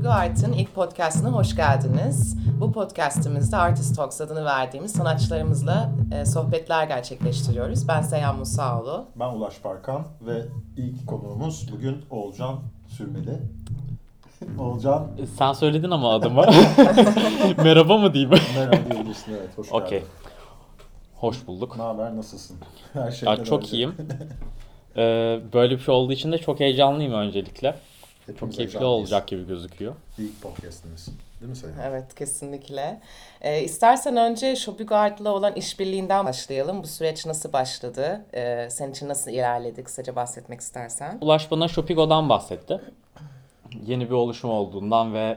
Shopping Art'ın ilk podcastına hoş geldiniz. Bu podcastimizde Artist Talks adını verdiğimiz sanatçılarımızla sohbetler gerçekleştiriyoruz. Ben Seyhan Musaoğlu. Ben Ulaş Parkan ve ilk konuğumuz bugün Oğulcan Sürmeli. Oğulcan... Sen söyledin ama adımı. Merhaba mı diyeyim? Merhaba diyebilirsin, evet. Hoş geldin. Okey. Hoş bulduk. Ne haber, nasılsın? Her şeyden Çok önce. iyiyim. Böyle bir şey olduğu için de çok heyecanlıyım öncelikle. Hepimiz Çok keyifli heyecanlıyız. olacak gibi gözüküyor. İlk podcast'imiz. Değil mi Seyhan? Evet, kesinlikle. İstersen önce Shopping Art'la olan işbirliğinden başlayalım. Bu süreç nasıl başladı? Senin için nasıl ilerledi? Kısaca bahsetmek istersen. Ulaş bana Shopigo'dan bahsetti. Yeni bir oluşum olduğundan ve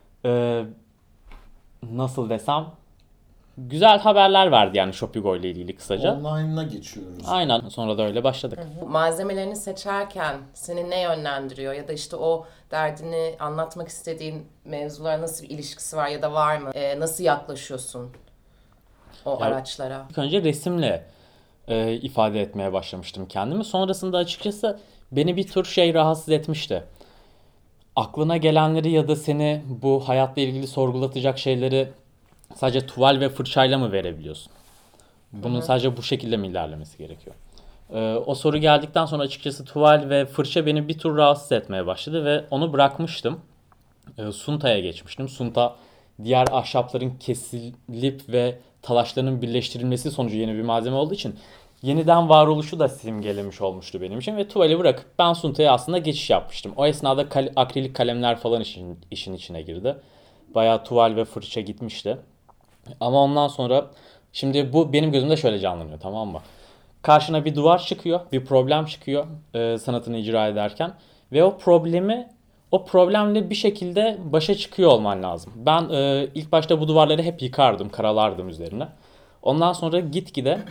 nasıl desem güzel haberler verdi yani Shopigo ile ilgili kısaca. Online'a geçiyoruz. Aynen, sonra da öyle başladık. Malzemelerini seçerken seni ne yönlendiriyor? Ya da işte o derdini anlatmak istediğin mevzulara nasıl bir ilişkisi var ya da var mı? Nasıl yaklaşıyorsun o araçlara? İlk önce resimle ifade etmeye başlamıştım kendimi. Sonrasında açıkçası beni bir tür rahatsız etmişti. Aklına gelenleri ya da seni bu hayatla ilgili sorgulatacak şeyleri sadece tuval ve fırçayla mı verebiliyorsun? Bunun sadece bu şekilde mi ilerlemesi gerekiyor? O soru geldikten sonra açıkçası tuval ve fırça beni bir tür rahatsız etmeye başladı ve onu bırakmıştım. Sunta'ya geçmiştim. Sunta diğer ahşapların kesilip ve talaşlarının birleştirilmesi sonucu yeni bir malzeme olduğu için yeniden varoluşu da simgelemiş olmuştu benim için ve tuvali bırakıp ben Sunta'ya aslında geçiş yapmıştım. O esnada akrilik kalemler falan işin içine girdi. Bayağı tuval ve fırça gitmişti. Ama ondan sonra şimdi bu benim gözümde şöyle canlanıyor, tamam mı? Karşına bir duvar çıkıyor, bir problem çıkıyor sanatını icra ederken ve o problemle bir şekilde başa çıkıyor olman lazım. Ben ilk başta bu duvarları hep yıkardım, karalardım üzerine. Ondan sonra gitgide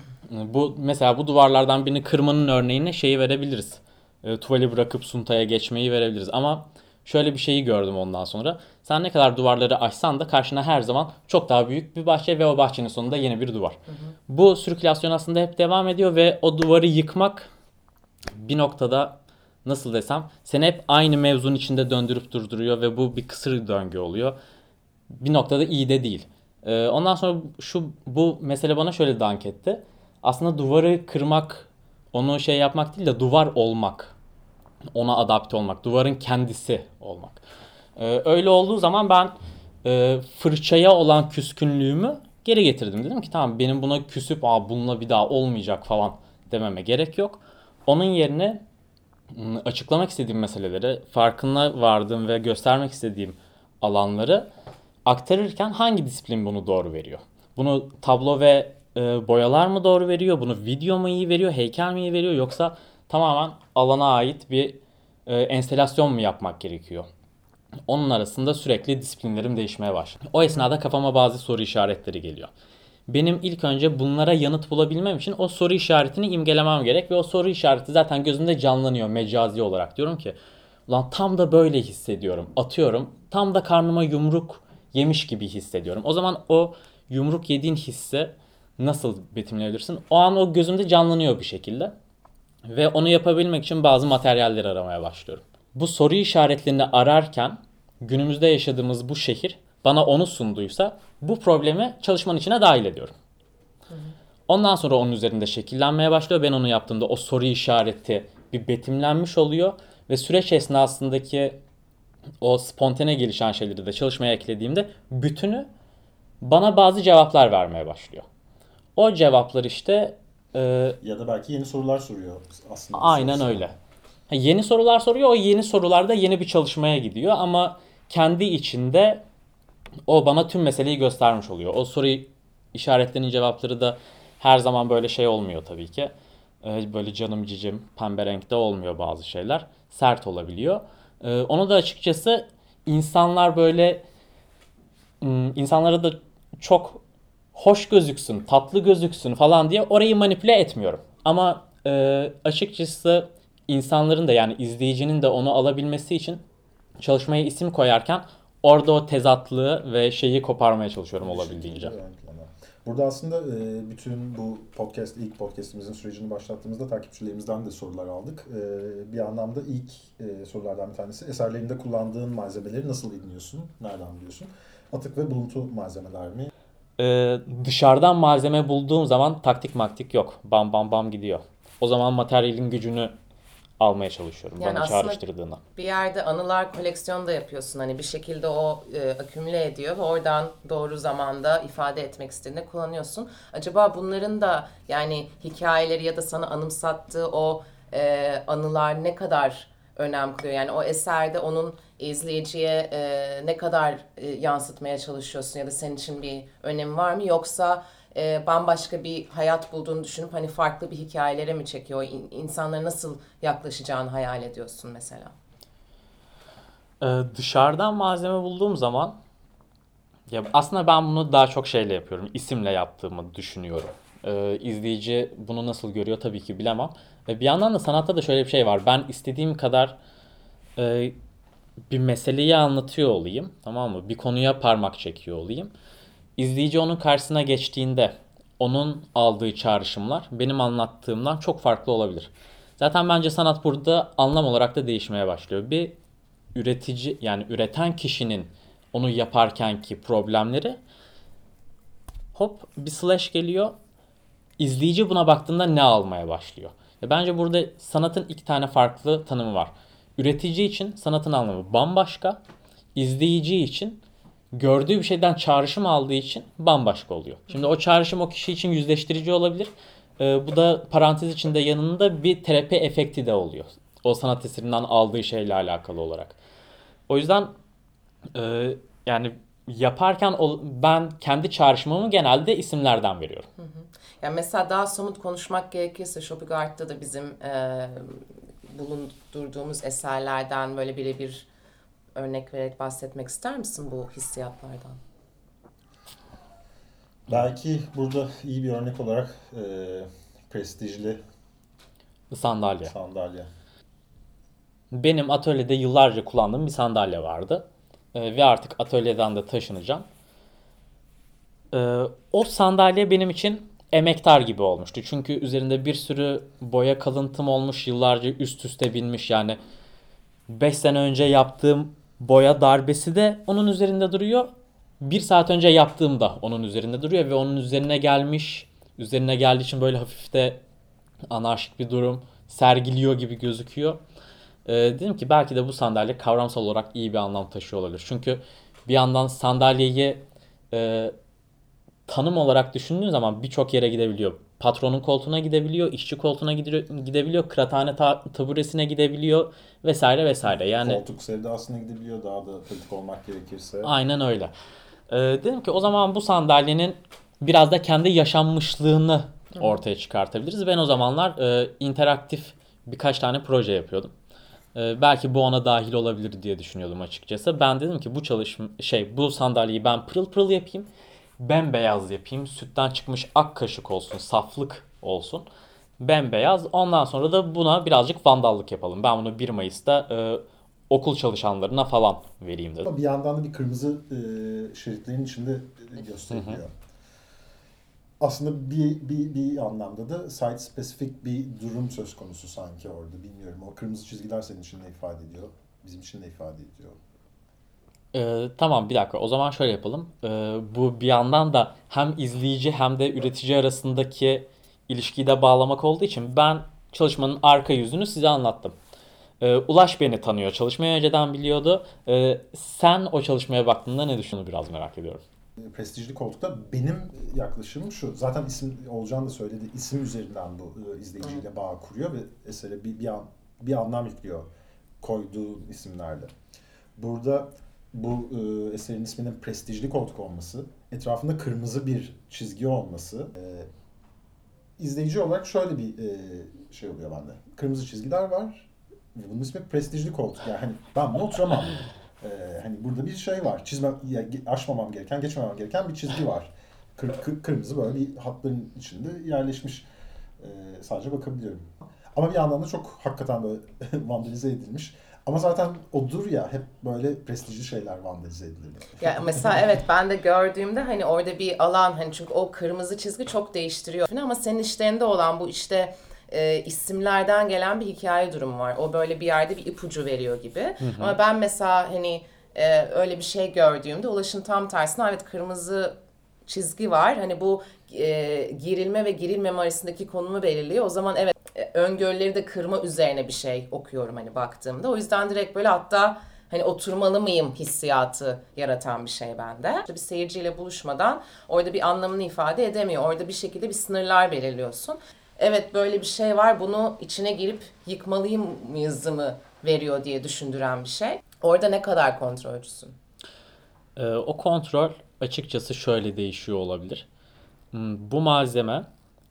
mesela bu duvarlardan birini kırmanın örneğine şeyi verebiliriz. Tuvali bırakıp Sunta'ya geçmeyi verebiliriz. Ama şöyle bir şeyi gördüm ondan sonra. Sen ne kadar duvarları aşsan da karşına her zaman çok daha büyük bir bahçe ve o bahçenin sonunda yeni bir duvar. Bu sirkülasyon aslında hep devam ediyor ve o duvarı yıkmak bir noktada nasıl desem seni hep aynı mevzunun içinde döndürüp durduruyor ve bu bir kısır döngü oluyor. Bir noktada iyi de değil. Ondan sonra bu mesele bana şöyle dank etti. Aslında duvarı kırmak, onu yapmak değil de duvar olmak. Ona adapte olmak, duvarın kendisi olmak. Öyle olduğu zaman ben fırçaya olan küskünlüğümü geri getirdim. Dedim ki tamam, benim buna küsüp bununla bir daha olmayacak falan dememe gerek yok. Onun yerine açıklamak istediğim meseleleri, farkına vardığım ve göstermek istediğim alanları aktarırken hangi disiplin bunu doğru veriyor? Bunu tablo ve boyalar mı doğru veriyor? Bunu video mu iyi veriyor? Heykel mi iyi veriyor? Yoksa tamamen alana ait bir enstelasyon mu yapmak gerekiyor? Onun arasında sürekli disiplinlerim değişmeye başladı. O esnada kafama bazı soru işaretleri geliyor. Benim ilk önce bunlara yanıt bulabilmem için o soru işaretini imgelemem gerek ve o soru işareti zaten gözümde canlanıyor mecazi olarak. Diyorum ki ulan tam da böyle hissediyorum. Atıyorum tam da karnıma yumruk yemiş gibi hissediyorum. O zaman o yumruk yediğin hisse nasıl betimleyebilirsin? O an o gözümde canlanıyor bir şekilde. Ve onu yapabilmek için bazı materyaller aramaya başlıyorum. Bu soru işaretlerini ararken günümüzde yaşadığımız bu şehir bana onu sunduysa bu problemi çalışmanın içine dahil ediyorum. Ondan sonra onun üzerinde şekillenmeye başlıyor. Ben onu yaptığımda o soru işareti bir betimlenmiş oluyor ve süreç esnasındaki o spontane gelişen şeyleri de çalışmaya eklediğimde bütünü bana bazı cevaplar vermeye başlıyor. O cevaplar işte Ya da belki yeni sorular soruyor aslında. aynen öyle. Yeni sorular soruyor. O yeni sorularda yeni bir çalışmaya gidiyor ama kendi içinde o bana tüm meseleyi göstermiş oluyor. O soru işaretlerinin cevapları da her zaman böyle olmuyor tabii ki. Böyle canım cicim pembe renkte olmuyor bazı şeyler. Sert olabiliyor. Onu da açıkçası insanlar insanlara da çok hoş gözüksün, tatlı gözüksün falan diye orayı manipüle etmiyorum. Ama açıkçası insanların da yani izleyicinin de onu alabilmesi için çalışmaya isim koyarken orada o tezatlığı ve şeyi koparmaya çalışıyorum olabildiğince. Burada aslında bütün bu ilk podcastimizin sürecini başlattığımızda takipçilerimizden de sorular aldık. Bir anlamda ilk sorulardan bir tanesi, eserlerinde kullandığın malzemeleri nasıl ediniyorsun, nereden biliyorsun? Atık ve buluntu malzemeler mi? Dışarıdan malzeme bulduğum zaman taktik maktik yok. Bam bam bam gidiyor. O zaman materyalin gücünü almaya çalışıyorum. Yani Bana aslında çağrıştırdığına. bir yerde anılar koleksiyonu da yapıyorsun. Hani bir şekilde o akümüle ediyor ve oradan doğru zamanda ifade etmek istediğinde kullanıyorsun. Acaba bunların da yani hikayeleri ya da sana anımsattığı o anılar ne kadar önem kılıyor? Yani o eserde onun izleyiciye ne kadar yansıtmaya çalışıyorsun ya da senin için bir önemi var mı? Yoksa bambaşka bir hayat bulduğunu düşünüp hani farklı bir hikayelere mi çekiyor? İnsanlara nasıl yaklaşacağını hayal ediyorsun mesela? Dışarıdan malzeme bulduğum zaman ya aslında ben bunu daha çok şeyle yapıyorum. İsimle yaptığımı düşünüyorum. İzleyici bunu nasıl görüyor tabii ki bilemem. Bir yandan da sanatta da şöyle bir şey var. Ben istediğim kadar e, bir meseleyi anlatıyor olayım, tamam mı? Bir konuya parmak çekiyor olayım. İzleyici onun karşısına geçtiğinde onun aldığı çağrışımlar benim anlattığımdan çok farklı olabilir. Zaten bence sanat burada anlam olarak da değişmeye başlıyor. Bir üretici yani üreten kişinin onu yaparkenki problemleri hop bir slash geliyor. İzleyici buna baktığında ne almaya başlıyor? Bence burada sanatın iki tane farklı tanımı var. Üretici için sanatın anlamı bambaşka. İzleyici için gördüğü bir şeyden çağrışım aldığı için bambaşka oluyor. Şimdi o çağrışım o kişi için yüzleştirici olabilir. Bu da parantez içinde yanında bir terapi efekti de oluyor. O sanat eserinden aldığı şeyle alakalı olarak. O yüzden yani yaparken ben kendi çağrışımımı genelde isimlerden veriyorum. Yani mesela daha somut konuşmak gerekirse Shopigard'da da bizim bulundurduğumuz eserlerden böyle birebir örnek vererek bahsetmek ister misin bu hissiyatlardan? Belki burada iyi bir örnek olarak prestijli Sandalye. sandalye. Benim atölyede yıllarca kullandığım bir sandalye vardı. Ve artık atölyeden de taşınacağım. O sandalye benim için emektar gibi olmuştu. Çünkü üzerinde bir sürü boya kalıntım olmuş, yıllarca üst üste binmiş. Yani 5 sene önce yaptığım boya darbesi de onun üzerinde duruyor. Bir saat önce yaptığım da onun üzerinde duruyor ve onun üzerine gelmiş. Üzerine geldiği için böyle hafif de anarşik bir durum sergiliyor gibi gözüküyor. Dedim ki belki de bu sandalye kavramsal olarak iyi bir anlam taşıyor olabilir. Çünkü bir yandan sandalyeyi e, tanım olarak düşündüğün zaman birçok yere gidebiliyor. Patronun koltuğuna gidebiliyor, işçi koltuğuna gidebiliyor, kıraathane taburesine gidebiliyor vesaire vesaire. Yani Koltuk sevdasına gidebiliyor, daha da politik olmak gerekirse. aynen öyle. Dedim ki o zaman bu sandalyenin biraz da kendi yaşanmışlığını ortaya çıkartabiliriz. Ben o zamanlar interaktif birkaç tane proje yapıyordum. Belki bu ona dahil olabilir diye düşünüyordum açıkçası. Ben dedim ki bu sandalyeyi ben pırıl pırıl yapayım. Bembeyaz yapayım. Sütten çıkmış ak kaşık olsun. Saflık olsun. Bembeyaz. Ondan sonra da buna birazcık vandallık yapalım. Ben bunu 1 Mayıs'ta okul çalışanlarına falan vereyim dedim. Ama bir yandan da bir kırmızı şeritlerin içinde gösteriliyor. Aslında bir anlamda da site spesifik bir durum söz konusu sanki orada. Bilmiyorum. O kırmızı çizgiler senin için ne ifade ediyor? Bizim için ne ifade ediyor? Tamam bir dakika. O zaman şöyle yapalım. Bu bir yandan da hem izleyici hem de üretici arasındaki ilişkiyi de bağlamak olduğu için ben çalışmanın arka yüzünü size anlattım. Ulaş beni tanıyor. Çalışmayı önceden biliyordu. Sen o çalışmaya baktığında ne düşündün biraz merak ediyorum. Prestijli koltukta benim yaklaşımım şu. Zaten Olcan da söyledi. İsim üzerinden bu izleyiciyle bağ kuruyor ve esere bir anlam yüklüyor koyduğu isimlerle. Burada bu eserin isminin prestijli koltuk olması, etrafında kırmızı bir çizgi olması, izleyici olarak şöyle bir şey oluyor bende. Kırmızı çizgiler var ve bunun ismi prestijli koltuk. Yani hani ben buna oturamam. Hani burada bir şey var. Aşmamam gereken, geçmemem gereken bir çizgi var. Kırmızı böyle bir hatların içinde yerleşmiş. Sadece bakabiliyorum. Ama bir yandan da çok hakikaten böyle vandalize edilmiş. Ama zaten odur ya, hep böyle prestijli şeyler vandalize edilir. Ya mesela evet, ben de gördüğümde hani orada bir alan, hani çünkü o kırmızı çizgi çok değiştiriyor. Ama senin işlerinde olan bu işte isimlerden gelen bir hikaye durumu var. O böyle bir yerde bir ipucu veriyor gibi. Ama ben mesela hani öyle bir şey gördüğümde Ulaş'ın tam tersine, evet kırmızı çizgi var. Hani bu girilme ve girilmeme arasındaki konumu belirliyor. O zaman evet, öngörüleri de kırma üzerine bir şey okuyorum hani baktığımda. O yüzden direkt böyle, hatta hani oturmalı mıyım hissiyatı yaratan bir şey bende. İşte bir seyirciyle buluşmadan orada bir anlamını ifade edemiyor. Orada bir şekilde bir sınırlar belirliyorsun. Evet, böyle bir şey var, bunu içine girip yıkmalıyım mı veriyor diye düşündüren bir şey. Orada ne kadar kontrolcüsün? O kontrol açıkçası şöyle değişiyor olabilir. Bu malzeme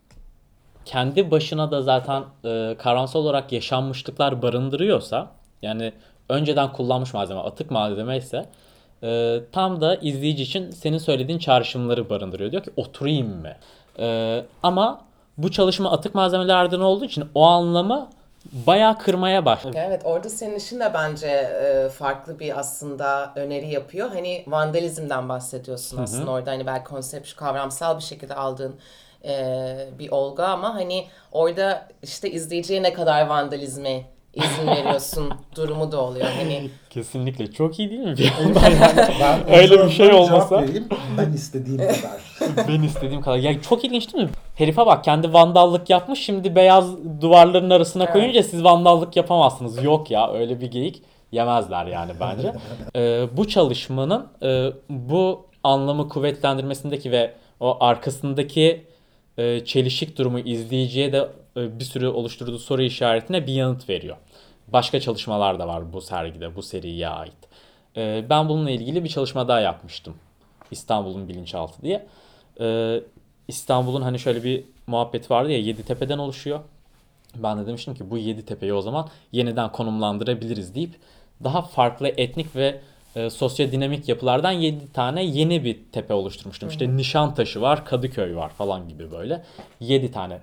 kendi başına da zaten kavramsal olarak yaşanmışlıklar barındırıyorsa, yani önceden kullanmış malzeme atık malzeme ise tam da izleyici için senin söylediğin çağrışımları barındırıyor. Diyor ki oturayım mı? Ama bu çalışma atık malzemelerden olduğu için o anlamı bayağı kırmaya başladı. Evet, orada senin işin de bence farklı bir aslında öneri yapıyor. Hani vandalizmden bahsediyorsun aslında orada, hani belki konsept, kavramsal bir şekilde aldığın bir olgu, ama hani orada işte izleyiciye ne kadar vandalizme izin veriyorsun durumu da oluyor. Hani Kesinlikle çok iyi değil mi? Ben Öyle bir şey olmasa. Ben istediğim kadar. Ben istediğim kadar. Ya çok ilginç değil mi? Herife bak, kendi vandallık yapmış, şimdi beyaz duvarların arasına Evet. koyunca siz vandallık yapamazsınız. Yok ya, öyle bir geyik yemezler yani bence. Bu çalışmanın bu anlamı kuvvetlendirmesindeki ve o arkasındaki çelişik durumu izleyiciye de bir sürü oluşturduğu soru işaretine bir yanıt veriyor. Başka çalışmalar da var bu sergide, bu seriye ait. Ben bununla ilgili bir çalışma daha yapmıştım. İstanbul'un bilinçaltı diye. İstanbul'un hani şöyle bir muhabbeti vardı ya, Yeditepe'den oluşuyor. Ben de demiştim ki bu Yeditepe'yi o zaman yeniden konumlandırabiliriz deyip daha farklı etnik ve sosyodinamik yapılardan 7 tane yeni bir tepe oluşturmuştum. İşte Nişantaşı var, Kadıköy var falan gibi böyle 7 tane.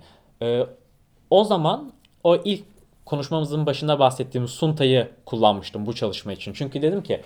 O zaman o ilk konuşmamızın başında bahsettiğim Sunta'yı kullanmıştım bu çalışma için. Çünkü dedim ki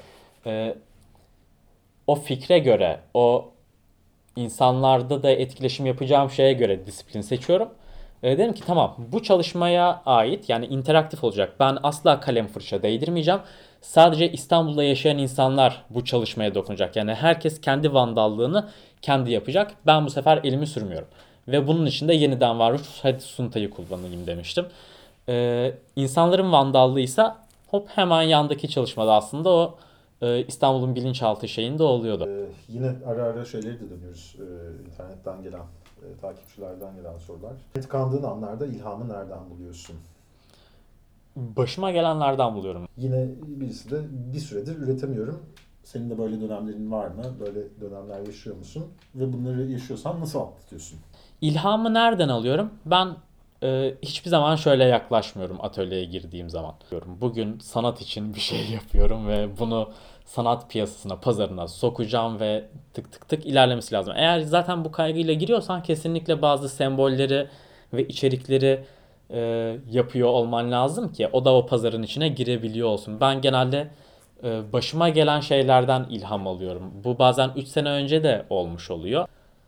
o fikre göre, o insanlarda da etkileşim yapacağım şeye göre disiplin seçiyorum. Dedim ki tamam, bu çalışmaya ait, yani interaktif olacak. Ben asla kalem fırça değdirmeyeceğim. Sadece İstanbul'da yaşayan insanlar bu çalışmaya dokunacak. Yani herkes kendi vandallığını kendi yapacak. Ben bu sefer elimi sürmüyorum. Ve bunun için de yeniden varmış hadi Sunta'yı kullanayım demiştim. İnsanların vandallığıysa hop hemen yandaki çalışmada aslında o İstanbul'un bilinçaltı şeyinde oluyordu. Yine ara ara şeyleri de dönüyoruz. İnternetten gelen, takipçilerden gelen sorular. Tıkandığın anlarda ilhamı nereden buluyorsun? Başıma gelenlerden buluyorum. Yine birisi de bir süredir üretemiyorum. Senin de böyle dönemlerin var mı? Böyle dönemler yaşıyor musun? Ve bunları yaşıyorsan nasıl atlatıyorsun? İlhamı nereden alıyorum? Ben hiçbir zaman şöyle yaklaşmıyorum atölyeye girdiğim zaman. Bugün sanat için bir şey yapıyorum ve bunu sanat piyasasına, pazarına sokacağım ve tık tık tık ilerlemesi lazım. Eğer zaten bu kaygıyla giriyorsan kesinlikle bazı sembolleri ve içerikleri yapıyor olman lazım ki o da o pazarın içine girebiliyor olsun. Ben genelde başıma gelen şeylerden ilham alıyorum. Bu bazen 3 sene önce de olmuş oluyor.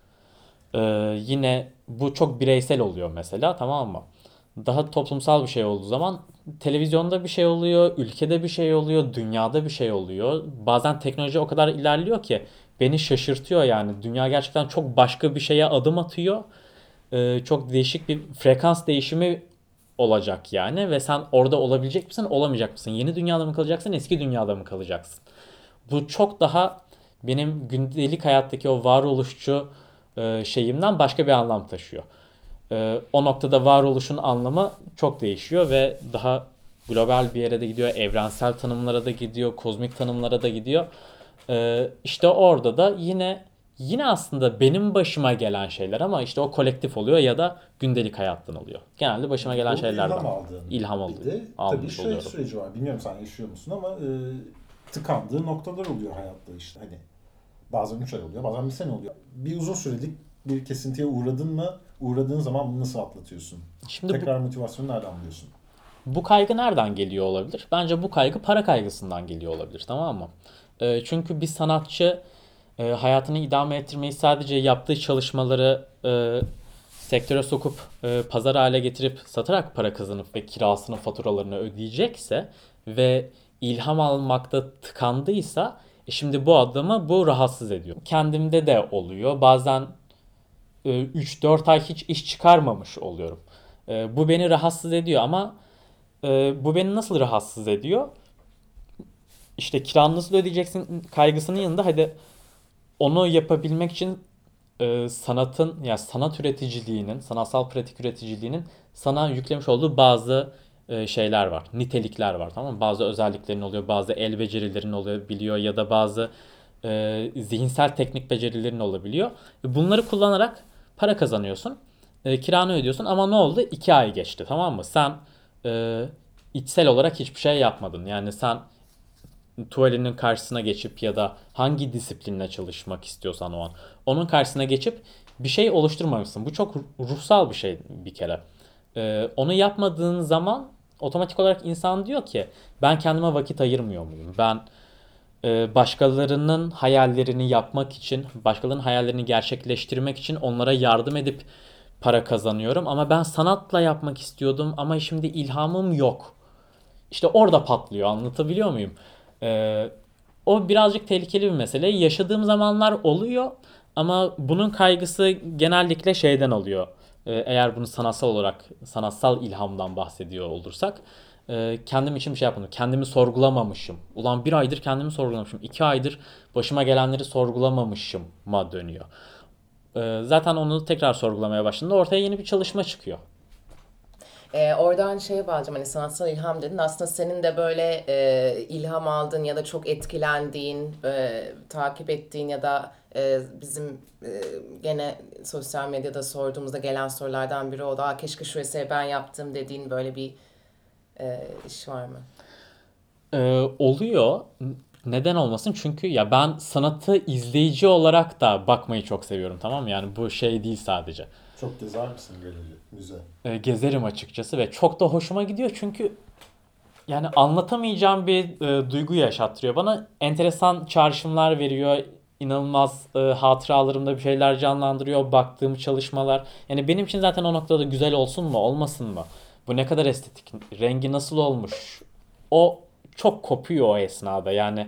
Yine bu çok bireysel oluyor mesela, tamam mı? Daha toplumsal bir şey olduğu zaman televizyonda bir şey oluyor, ülkede bir şey oluyor, dünyada bir şey oluyor. Bazen teknoloji o kadar ilerliyor ki beni şaşırtıyor yani. Dünya gerçekten çok başka bir şeye adım atıyor. Çok değişik bir frekans değişimi olacak yani ve sen orada olabilecek misin, olamayacak mısın? Yeni dünyada mı kalacaksın, eski dünyada mı kalacaksın? Bu çok daha benim gündelik hayattaki o varoluşçu şeyimden başka bir anlam taşıyor. O noktada varoluşun anlamı çok değişiyor ve daha global bir yere de gidiyor, evrensel tanımlara da gidiyor, kozmik tanımlara da gidiyor. İşte orada da yine aslında benim başıma gelen şeyler ama işte o kolektif oluyor ya da gündelik hayattan oluyor. Genelde başıma gelen şeylerden. İlham Bir de tabii almış şöyle oluyorum. süreci var. Bilmiyorum sen yaşıyor musun ama tıkandığı noktalar oluyor hayatta işte. Hani bazen 3 ay oluyor, bazen bir sene oluyor. Bir uzun sürelik bir kesintiye uğradın mı? Uğradığın zaman bunu nasıl atlatıyorsun? Şimdi Tekrar motivasyonu nereden buluyorsun? Bu kaygı nereden geliyor olabilir? Bence bu kaygı para kaygısından geliyor olabilir, tamam mı? Çünkü bir sanatçı hayatını idame ettirmeyi sadece yaptığı çalışmaları sektöre sokup pazar hale getirip satarak para kazanıp ve kirasını faturalarını ödeyecekse ve ilham almakta tıkandıysa şimdi bu adamı bu rahatsız ediyor. Kendimde de oluyor. Bazen 3-4 ay hiç iş çıkarmamış oluyorum. Bu beni rahatsız ediyor ama bu beni nasıl rahatsız ediyor? İşte kiranı nasıl ödeyeceksin kaygısının yanında hadi onu yapabilmek için sanatın yani sanat üreticiliğinin, sanatsal pratik üreticiliğinin sana yüklemiş olduğu bazı şeyler var. Nitelikler var, tamam mı? Bazı özelliklerin oluyor, bazı el becerilerin olabiliyor ya da bazı zihinsel teknik becerilerin olabiliyor. Bunları kullanarak para kazanıyorsun. Kiranı ödüyorsun ama ne oldu? 2 ay geçti, tamam mı? Sen içsel olarak hiçbir şey yapmadın. Yani sen tuvalinin karşısına geçip ya da hangi disiplinle çalışmak istiyorsan o an onun karşısına geçip bir şey oluşturmamışsın. Bu çok ruhsal bir şey bir kere. Onu yapmadığın zaman otomatik olarak insan diyor ki ben kendime vakit ayırmıyor muyum? Ben başkalarının hayallerini yapmak için, başkalarının hayallerini gerçekleştirmek için onlara yardım edip para kazanıyorum. Ama ben sanatla yapmak istiyordum ama şimdi ilhamım yok. İşte orada patlıyor. Anlatabiliyor muyum? Ee, O birazcık tehlikeli bir mesele. Yaşadığım zamanlar oluyor ama bunun kaygısı genellikle şeyden oluyor. Eğer bunu sanatsal olarak, sanatsal ilhamdan bahsediyor olursak. Kendim için bir şey yapmadım. Kendimi sorgulamamışım. Ulan 1 aydır kendimi sorgulamışım. 2 aydır başıma gelenleri sorgulamamışım ma dönüyor. Zaten onu tekrar sorgulamaya başladığında ortaya yeni bir çalışma çıkıyor. Oradan şeye bağlayacağım, hani sanatsal ilham dedin. Aslında senin de böyle ilham aldığın ya da çok etkilendiğin, takip ettiğin ya da bizim gene sosyal medyada sorduğumuzda gelen sorulardan biri o da keşke şu eseri ben yaptım dediğin böyle bir iş var mı? Oluyor. Neden olmasın? Çünkü ya ben sanatı izleyici olarak da bakmayı çok seviyorum, tamam mı? Yani bu şey değil sadece. Çok gezer misin galeri, müze? Gezerim açıkçası ve çok da hoşuma gidiyor çünkü yani anlatamayacağım bir duygu yaşattırıyor. Bana enteresan çağrışımlar veriyor. İnanılmaz hatıralarımda bir şeyler canlandırıyor. Baktığım çalışmalar. Yani benim için zaten o noktada güzel olsun mu olmasın mı? Bu ne kadar estetik? Rengi nasıl olmuş? O çok kopuyor o esnada. Yani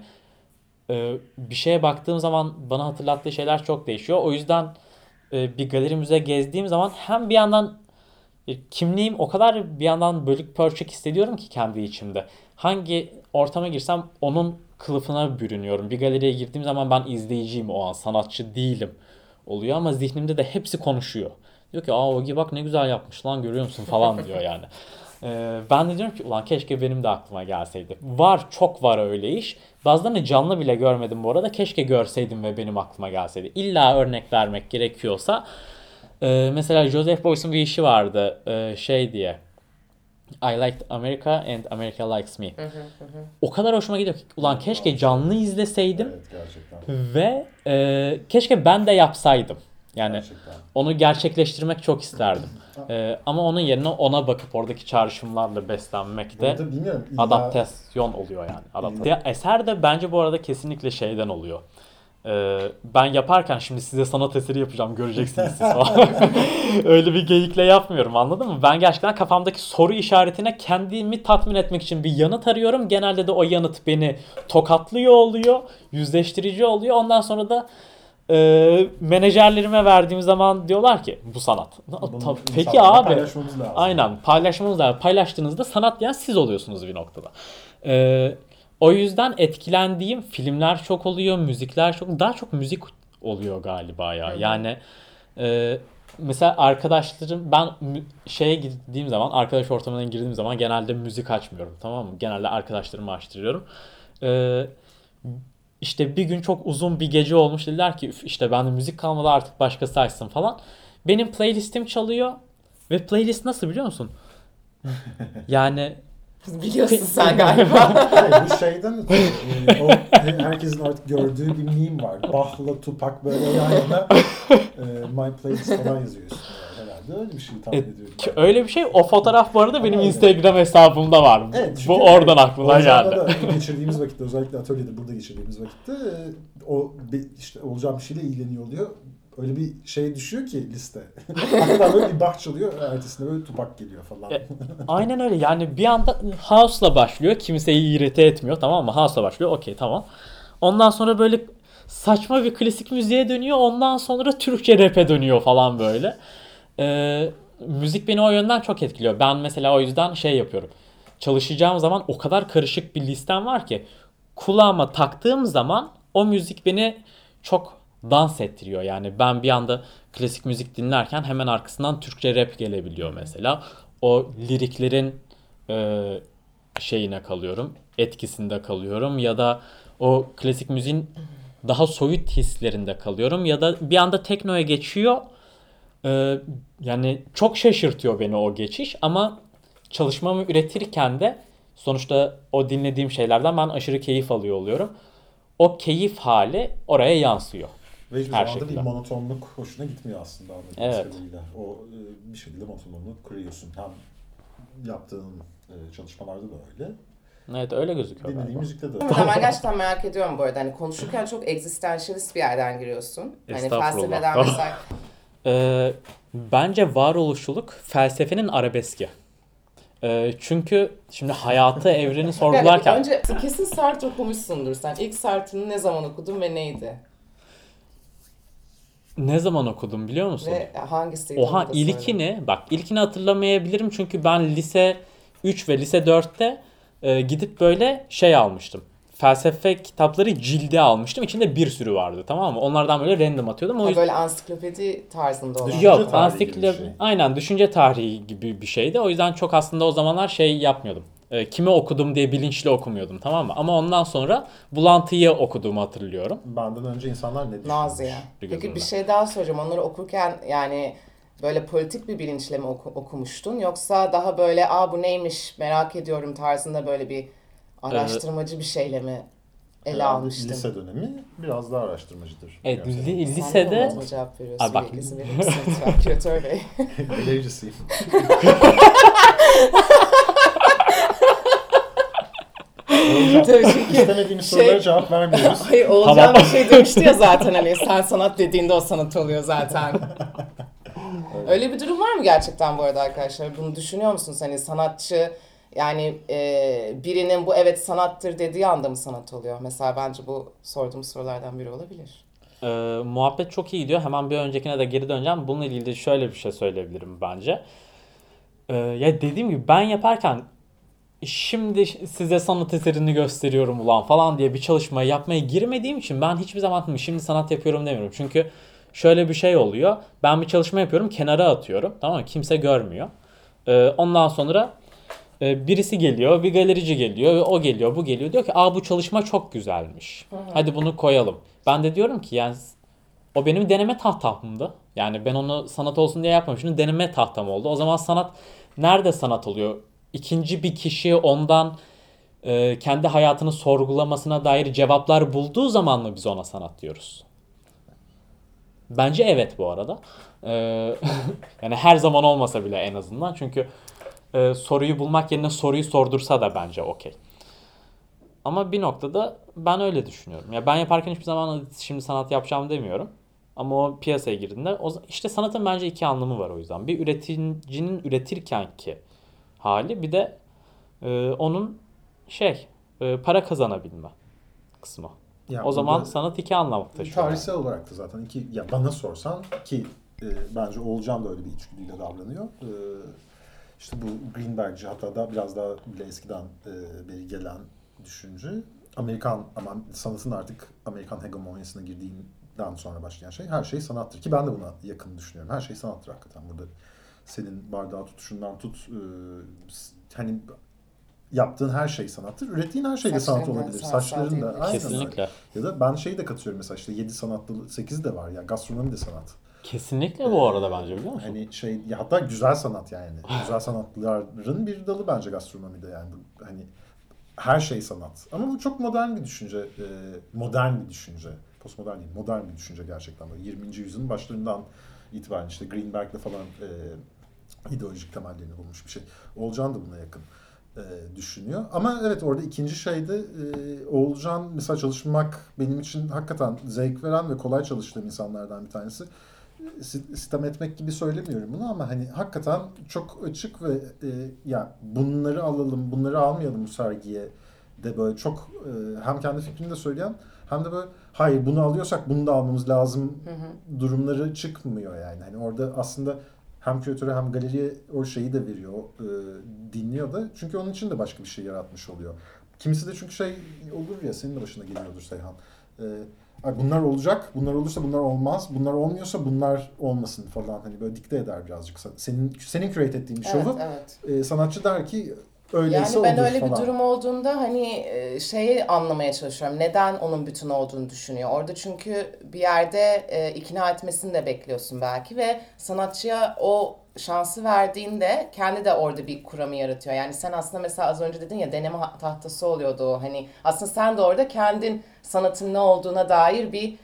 bir şeye baktığım zaman bana hatırlattığı şeyler çok değişiyor. O yüzden bir galeri müze gezdiğim zaman hem bir yandan kimliğim o kadar bir yandan bölük pörçük hissediyorum ki kendi içimde. Hangi ortama girsem onun kılıfına bürünüyorum. Bir galeriye girdiğim zaman ben izleyiciyim o an, sanatçı değilim oluyor ama zihnimde de hepsi konuşuyor. Diyor ki aa Ogi bak ne güzel yapmış lan görüyor musun falan diyor yani. Ben de diyorum ki ulan keşke benim de aklıma gelseydi. Var, çok var öyle iş. Bazılarını canlı bile görmedim bu arada. Keşke görseydim ve benim aklıma gelseydi. İlla örnek vermek gerekiyorsa mesela Joseph Beuys'un bir işi vardı şey diye. I liked America and America likes me. O kadar hoşuma gidiyor ki ulan keşke canlı izleseydim Evet, gerçekten. ve keşke ben de yapsaydım. Yani Gerçekten. onu gerçekleştirmek çok isterdim. Ama onun yerine ona bakıp oradaki çağrışımlarla beslenmek de Burada bilmiyorum. adaptasyon oluyor yani. Eser de bence bu arada kesinlikle şeyden oluyor. Ben yaparken şimdi size sanat eseri yapacağım göreceksiniz siz falan. Öyle bir geyikle yapmıyorum, anladın mı? Ben gerçekten kafamdaki soru işaretine kendimi tatmin etmek için bir yanıt arıyorum. Genelde de o yanıt beni tokatlıyor oluyor. Yüzleştirici oluyor. Ondan sonra da menajerlerime verdiğim zaman diyorlar ki bu sanat. Peki insanlarla abi. paylaşmamız lazım. Aynen, paylaşmamız lazım. Paylaştığınızda sanat yani siz oluyorsunuz bir noktada. O yüzden etkilendiğim filmler çok oluyor, müzikler çok, daha çok müzik oluyor galiba ya. Yani mesela arkadaşlarım, ben şeye girdiğim zaman, arkadaş ortamına girdiğim zaman genelde müzik açmıyorum, tamam mı? Genelde arkadaşlarımı açtırıyorum. E, işte bir gün çok uzun bir gece olmuş, dediler ki işte bende müzik kalmadı artık başkası açsın falan. Benim playlistim çalıyor ve playlist nasıl biliyor musun? Yani Biliyorsun sen galiba. Hayır, bu şeyden ötürü, o herkesin artık gördüğü bir meme var. Bach'la Tupac böyle yan yana My Playlist falan yazıyor üstüne herhalde. herhalde. Öyle bir şey tahmin ediyorum. Öyle bir şey. O fotoğraf bu arada benim Ama Instagram hesabımda var. Evet, çünkü Bu oradan aklıma geldi. da geçirdiğimiz vakitte, özellikle atölyede burada geçirdiğimiz vakitte işte olacağım bir şeyle ilgileniyor oluyor. Öyle bir şey düşüyor ki liste. Hatta böyle bir bah çalıyor, ertesinde böyle Tupac geliyor falan. Aynen öyle. Yani bir anda House'la başlıyor. Kimseyi irite etmiyor, tamam mı? House'la başlıyor. Okey, tamam. Ondan sonra böyle saçma bir klasik müziğe dönüyor. Ondan sonra Türkçe rap'e dönüyor falan böyle. Müzik beni o yönden çok etkiliyor. Ben mesela o yüzden şey yapıyorum. Çalışacağım zaman o kadar karışık bir listem var ki kulağıma taktığım zaman o müzik beni çok dans ettiriyor. Yani ben bir anda klasik müzik dinlerken hemen arkasından Türkçe rap gelebiliyor mesela. O liriklerin şeyine kalıyorum, etkisinde kalıyorum ya da o klasik müziğin daha soyut hislerinde kalıyorum ya da bir anda teknoya geçiyor. Yani çok şaşırtıyor beni o geçiş ama çalışmamı üretirken de sonuçta o dinlediğim şeylerden ben aşırı keyif alıyor oluyorum. O keyif hali oraya yansıyor. Ve hiçbir Her zaman da bir şekilde. monotonluk hoşuna gitmiyor aslında anladığım Evet. kadarıyla. O bir şekilde monotonluğu kırıyorsun. Hem yaptığın çalışmalarda da öyle. Evet, öyle gözüküyor Dinlediğin galiba. müzikte de. Ben gerçekten merak ediyorum bu arada. Hani konuşurken çok egzistansiyelist bir yerden giriyorsun. Hani Estağfurullah. felsefeden mesela. Bence varoluşçuluk felsefenin arabeski. Çünkü şimdi hayatı, evreni sorgularken... Önce kesin Sartre okumuşsundur sen. İlk Sartre'ını ne zaman okudun ve neydi? Ne zaman okudum biliyor musun? Ve hangisiydi? Oha, onu da söyle. ilkini hatırlamayabilirim çünkü ben lise 3 ve lise 4'te gidip böyle şey almıştım. Felsefe kitapları cildi almıştım. İçinde bir sürü vardı, tamam mı? Onlardan böyle random atıyordum. O Ha, yüzden böyle ansiklopedi tarzında olan. Düşünce yok, tarihi gibi bir ansiklopedi şey. aynen düşünce tarihi gibi bir şeydi. O yüzden çok aslında o zamanlar şey yapmıyordum. Kimi okudum diye bilinçli okumuyordum, tamam mı? Ama ondan sonra Bulantı'yı okuduğumu hatırlıyorum. Benden önce insanlar ne düşünmüş? Nazia. Peki gözümde. bir şey daha soracağım. Onları okurken yani böyle politik bir bilinçle mi okumuştun? Yoksa daha böyle bu neymiş merak ediyorum tarzında böyle bir araştırmacı bir şeyle mi ele Herhalde almıştın? lise dönemi biraz daha araştırmacıdır. Evet, Gerçekten. Sen de lisede... anlatıma cevap veriyorsun. Ay bak- Bilgisi verir misin lütfen Küratör Bey? Galericiyim. Tabii çünkü İstemediğimiz sorulara cevap vermiyoruz. Hayır, Oğulcan Tamam. bir şey demişti ya zaten hani sen sanat dediğinde o sanat oluyor zaten. Öyle bir durum var mı gerçekten bu arada arkadaşlar? Bunu düşünüyor musunuz? Hani sanatçı yani birinin bu evet sanattır dediği anda mı sanat oluyor? Mesela bence bu sorduğum sorulardan biri olabilir. Muhabbet çok iyi gidiyor. Hemen bir öncekine de geri döneceğim. Bununla ilgili de şöyle bir şey söyleyebilirim bence. Ya dediğim gibi ben yaparken şimdi size sanat eserini gösteriyorum ulan falan diye bir çalışmayı yapmaya girmediğim için ben hiçbir zaman şimdi sanat yapıyorum demiyorum. Çünkü şöyle bir şey oluyor. Ben bir çalışma yapıyorum, kenara atıyorum. Tamam mı? Kimse görmüyor. Ondan sonra birisi geliyor, bir galerici geliyor, o geliyor, bu geliyor. Diyor ki bu çalışma çok güzelmiş. Hadi bunu koyalım. Ben de diyorum ki yani o benim deneme tahtamdı. Yani ben onu sanat olsun diye yapmamıştım. Deneme tahtam oldu. O zaman sanat nerede sanat oluyor? İkinci bir kişi ondan kendi hayatını sorgulamasına dair cevaplar bulduğu zaman mı biz ona sanat diyoruz? Bence evet bu arada. E, Yani her zaman olmasa bile en azından. Çünkü soruyu bulmak yerine soruyu sordursa da bence okey. Ama bir noktada ben öyle düşünüyorum. Ya ben yaparken hiçbir zaman şimdi sanat yapacağım demiyorum. Ama o piyasaya girdiğinde işte sanatın bence iki anlamı var o yüzden. Bir üreticinin üretirkenki hali, bir de onun para kazanabilme kısmı. Ya O zaman burada sanat iki anlam taşıyor. tarihsel olarak da zaten ya bana sorsan ki bence Oğulcan da öyle bir içgüdüyle davranıyor. İşte bu Greenberg'ci, hatta da biraz daha bile eskiden beri gelen düşünce. Ama sanatın artık Amerikan hegemonyasına girdiğinden sonra başlayan şey, her şey sanattır ki ben de buna yakın düşünüyorum. Her şey sanattır hakikaten. Burada senin bardağı tutuşundan tut, hani yaptığın her şey sanattır. Ürettiğin her şey de sanat Saçların da olabilir. sanatsal Saçların da. diyebiliriz. Aynen Kesinlikle. öyle. Ya da ben şeyi de katıyorum mesela, işte 7 sanatlı 8 de var. Yani gastronomi de sanat. Kesinlikle bu arada bence, biliyor musun? Hani ya hatta güzel sanat yani. Güzel sanatların bir dalı bence gastronomide yani. Hani her şey sanat. Ama bu çok modern bir düşünce. Modern bir düşünce. Postmodern değil, modern bir düşünce gerçekten. Böyle 20. yüzyılın başlarından itibaren işte Greenberg'le falan ideolojik temellerini bulmuş bir şey. Oğulcan da buna yakın düşünüyor. Ama evet orada ikinci şeyde Oğulcan mesela çalışmak benim için hakikaten zevk veren ve kolay çalıştığım insanlardan bir tanesi. Sitem etmek gibi söylemiyorum bunu ama hani hakikaten çok açık ve ya bunları alalım, bunları almayalım bu sergiye de böyle çok hem kendi fikrini de söyleyen hem de böyle hayır bunu alıyorsak bunu da almamız lazım durumları çıkmıyor yani. Hani orada aslında hem küratöre hem galeriye o şeyi de veriyor, dinliyor da. Çünkü onun için de başka bir şey yaratmış oluyor. Kimisi de çünkü şey olur ya, senin de başına geliyordur Seyhan. Bunlar olacak, bunlar olursa bunlar olmaz, bunlar olmuyorsa bunlar olmasın falan. Hani böyle dikte eder birazcık. Senin curate ettiğin bir şovu sanatçı der ki öyleyse yani ben olur öyle falan. bir durum olduğunda hani şeyi anlamaya çalışıyorum. Neden onun bütün olduğunu düşünüyor. Orada çünkü bir yerde ikna etmesini de bekliyorsun belki ve sanatçıya o şansı verdiğinde kendi de orada bir kuramı yaratıyor. Yani sen aslında mesela az önce dedin ya deneme tahtası oluyordu o. Hani aslında sen de orada kendin sanatın ne olduğuna dair bir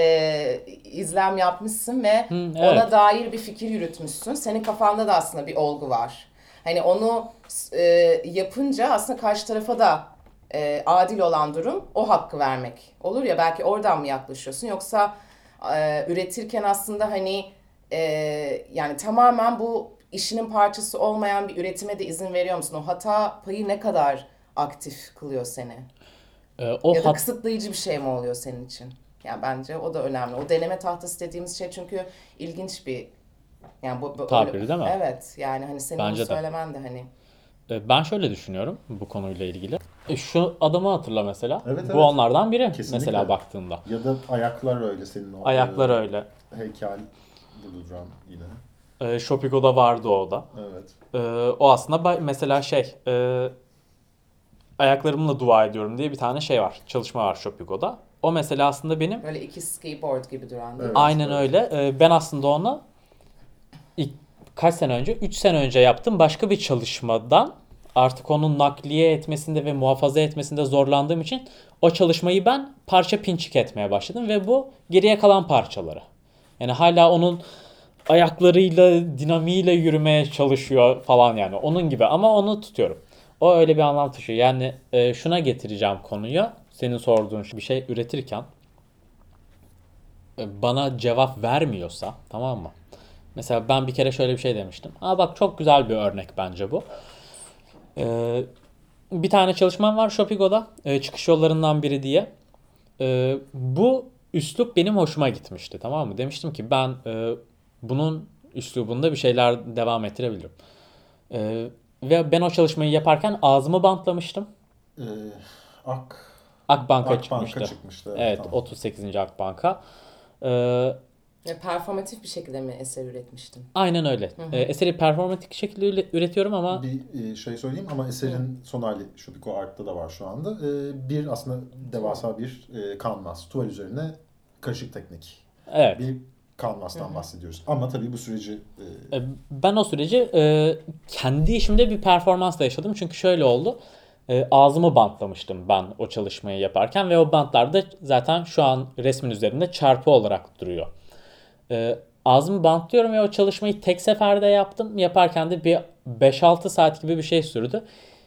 izlem yapmışsın ve Evet. ona dair bir fikir yürütmüşsün. Senin kafanda da aslında bir olgu var. Hani onu yapınca aslında karşı tarafa da adil olan durum o hakkı vermek. Olur ya belki oradan mı yaklaşıyorsun yoksa üretirken aslında hani yani tamamen bu işinin parçası olmayan bir üretime de izin veriyor musun? O hata payı ne kadar aktif kılıyor seni? Ya da kısıtlayıcı bir şey mi oluyor senin için? Yani bence o da önemli. O deneme tahtası dediğimiz şey çünkü ilginç bir yani bu tabiri öyle, değil mi? evet yani hani senin Bence bunu de. söylemen de hani Ben şöyle düşünüyorum bu konuyla ilgili. Şu adamı hatırla mesela. Evet, Bu evet. onlardan biri Kesinlikle. mesela baktığında. Ya da ayaklar öyle senin o. Ayaklar öyle. Heykel burada duran yine. Shopigo'da vardı o da. Evet. O aslında mesela ayaklarımla dua ediyorum diye bir tane şey var. Çalışma var Shopigo'da. O mesela aslında benim böyle iki skateboard gibi duran değil mi? Evet. aynen öyle. Ben aslında ona kaç sene önce? 3 sene önce yaptım başka bir çalışmadan artık onun nakliye etmesinde ve muhafaza etmesinde zorlandığım için o çalışmayı ben parça pinçik etmeye başladım ve bu geriye kalan parçaları. Yani hala onun ayaklarıyla, dinamiğiyle yürümeye çalışıyor falan yani. Onun gibi ama onu tutuyorum. O öyle bir anlam taşıyor. Yani şuna getireceğim konuyu. Senin sorduğun bir şey üretirken bana cevap vermiyorsa, tamam mı? Mesela ben bir kere şöyle bir şey demiştim. Bak çok güzel bir örnek bence bu. Bir tane çalışmam var Shopigo'da. Çıkış yollarından biri diye. Bu üslup benim hoşuma gitmişti, tamam mı? Demiştim ki ben bunun üslubunda bir şeyler devam ettirebilirim. Ve ben o çalışmayı yaparken ağzımı bantlamıştım. Ee, Ak Akbank'a Akbank'a çıkmıştı. çıkmıştı. Evet, Tamam. 38. Akbank'a. Performatif bir şekilde mi eser üretmiştin? Aynen öyle. Eseri performatik şekilde üretiyorum ama Bir şey söyleyeyim ama eserin son hali Shopigo Art'ta da var şu anda. Bir aslında devasa bir kanvas. Tuval üzerine karışık teknik. evet. Bir kanvastan bahsediyoruz. Ama tabii bu süreci Ben o süreci kendi işimde bir performansla yaşadım. Çünkü şöyle oldu. Ağzımı bantlamıştım ben o çalışmayı yaparken ve o bantlar da zaten şu an resmin üzerinde çarpı olarak duruyor. Ağzımı bantlıyorum ve o çalışmayı tek seferde yaptım. Yaparken de bir 5-6 saat gibi bir şey sürdü.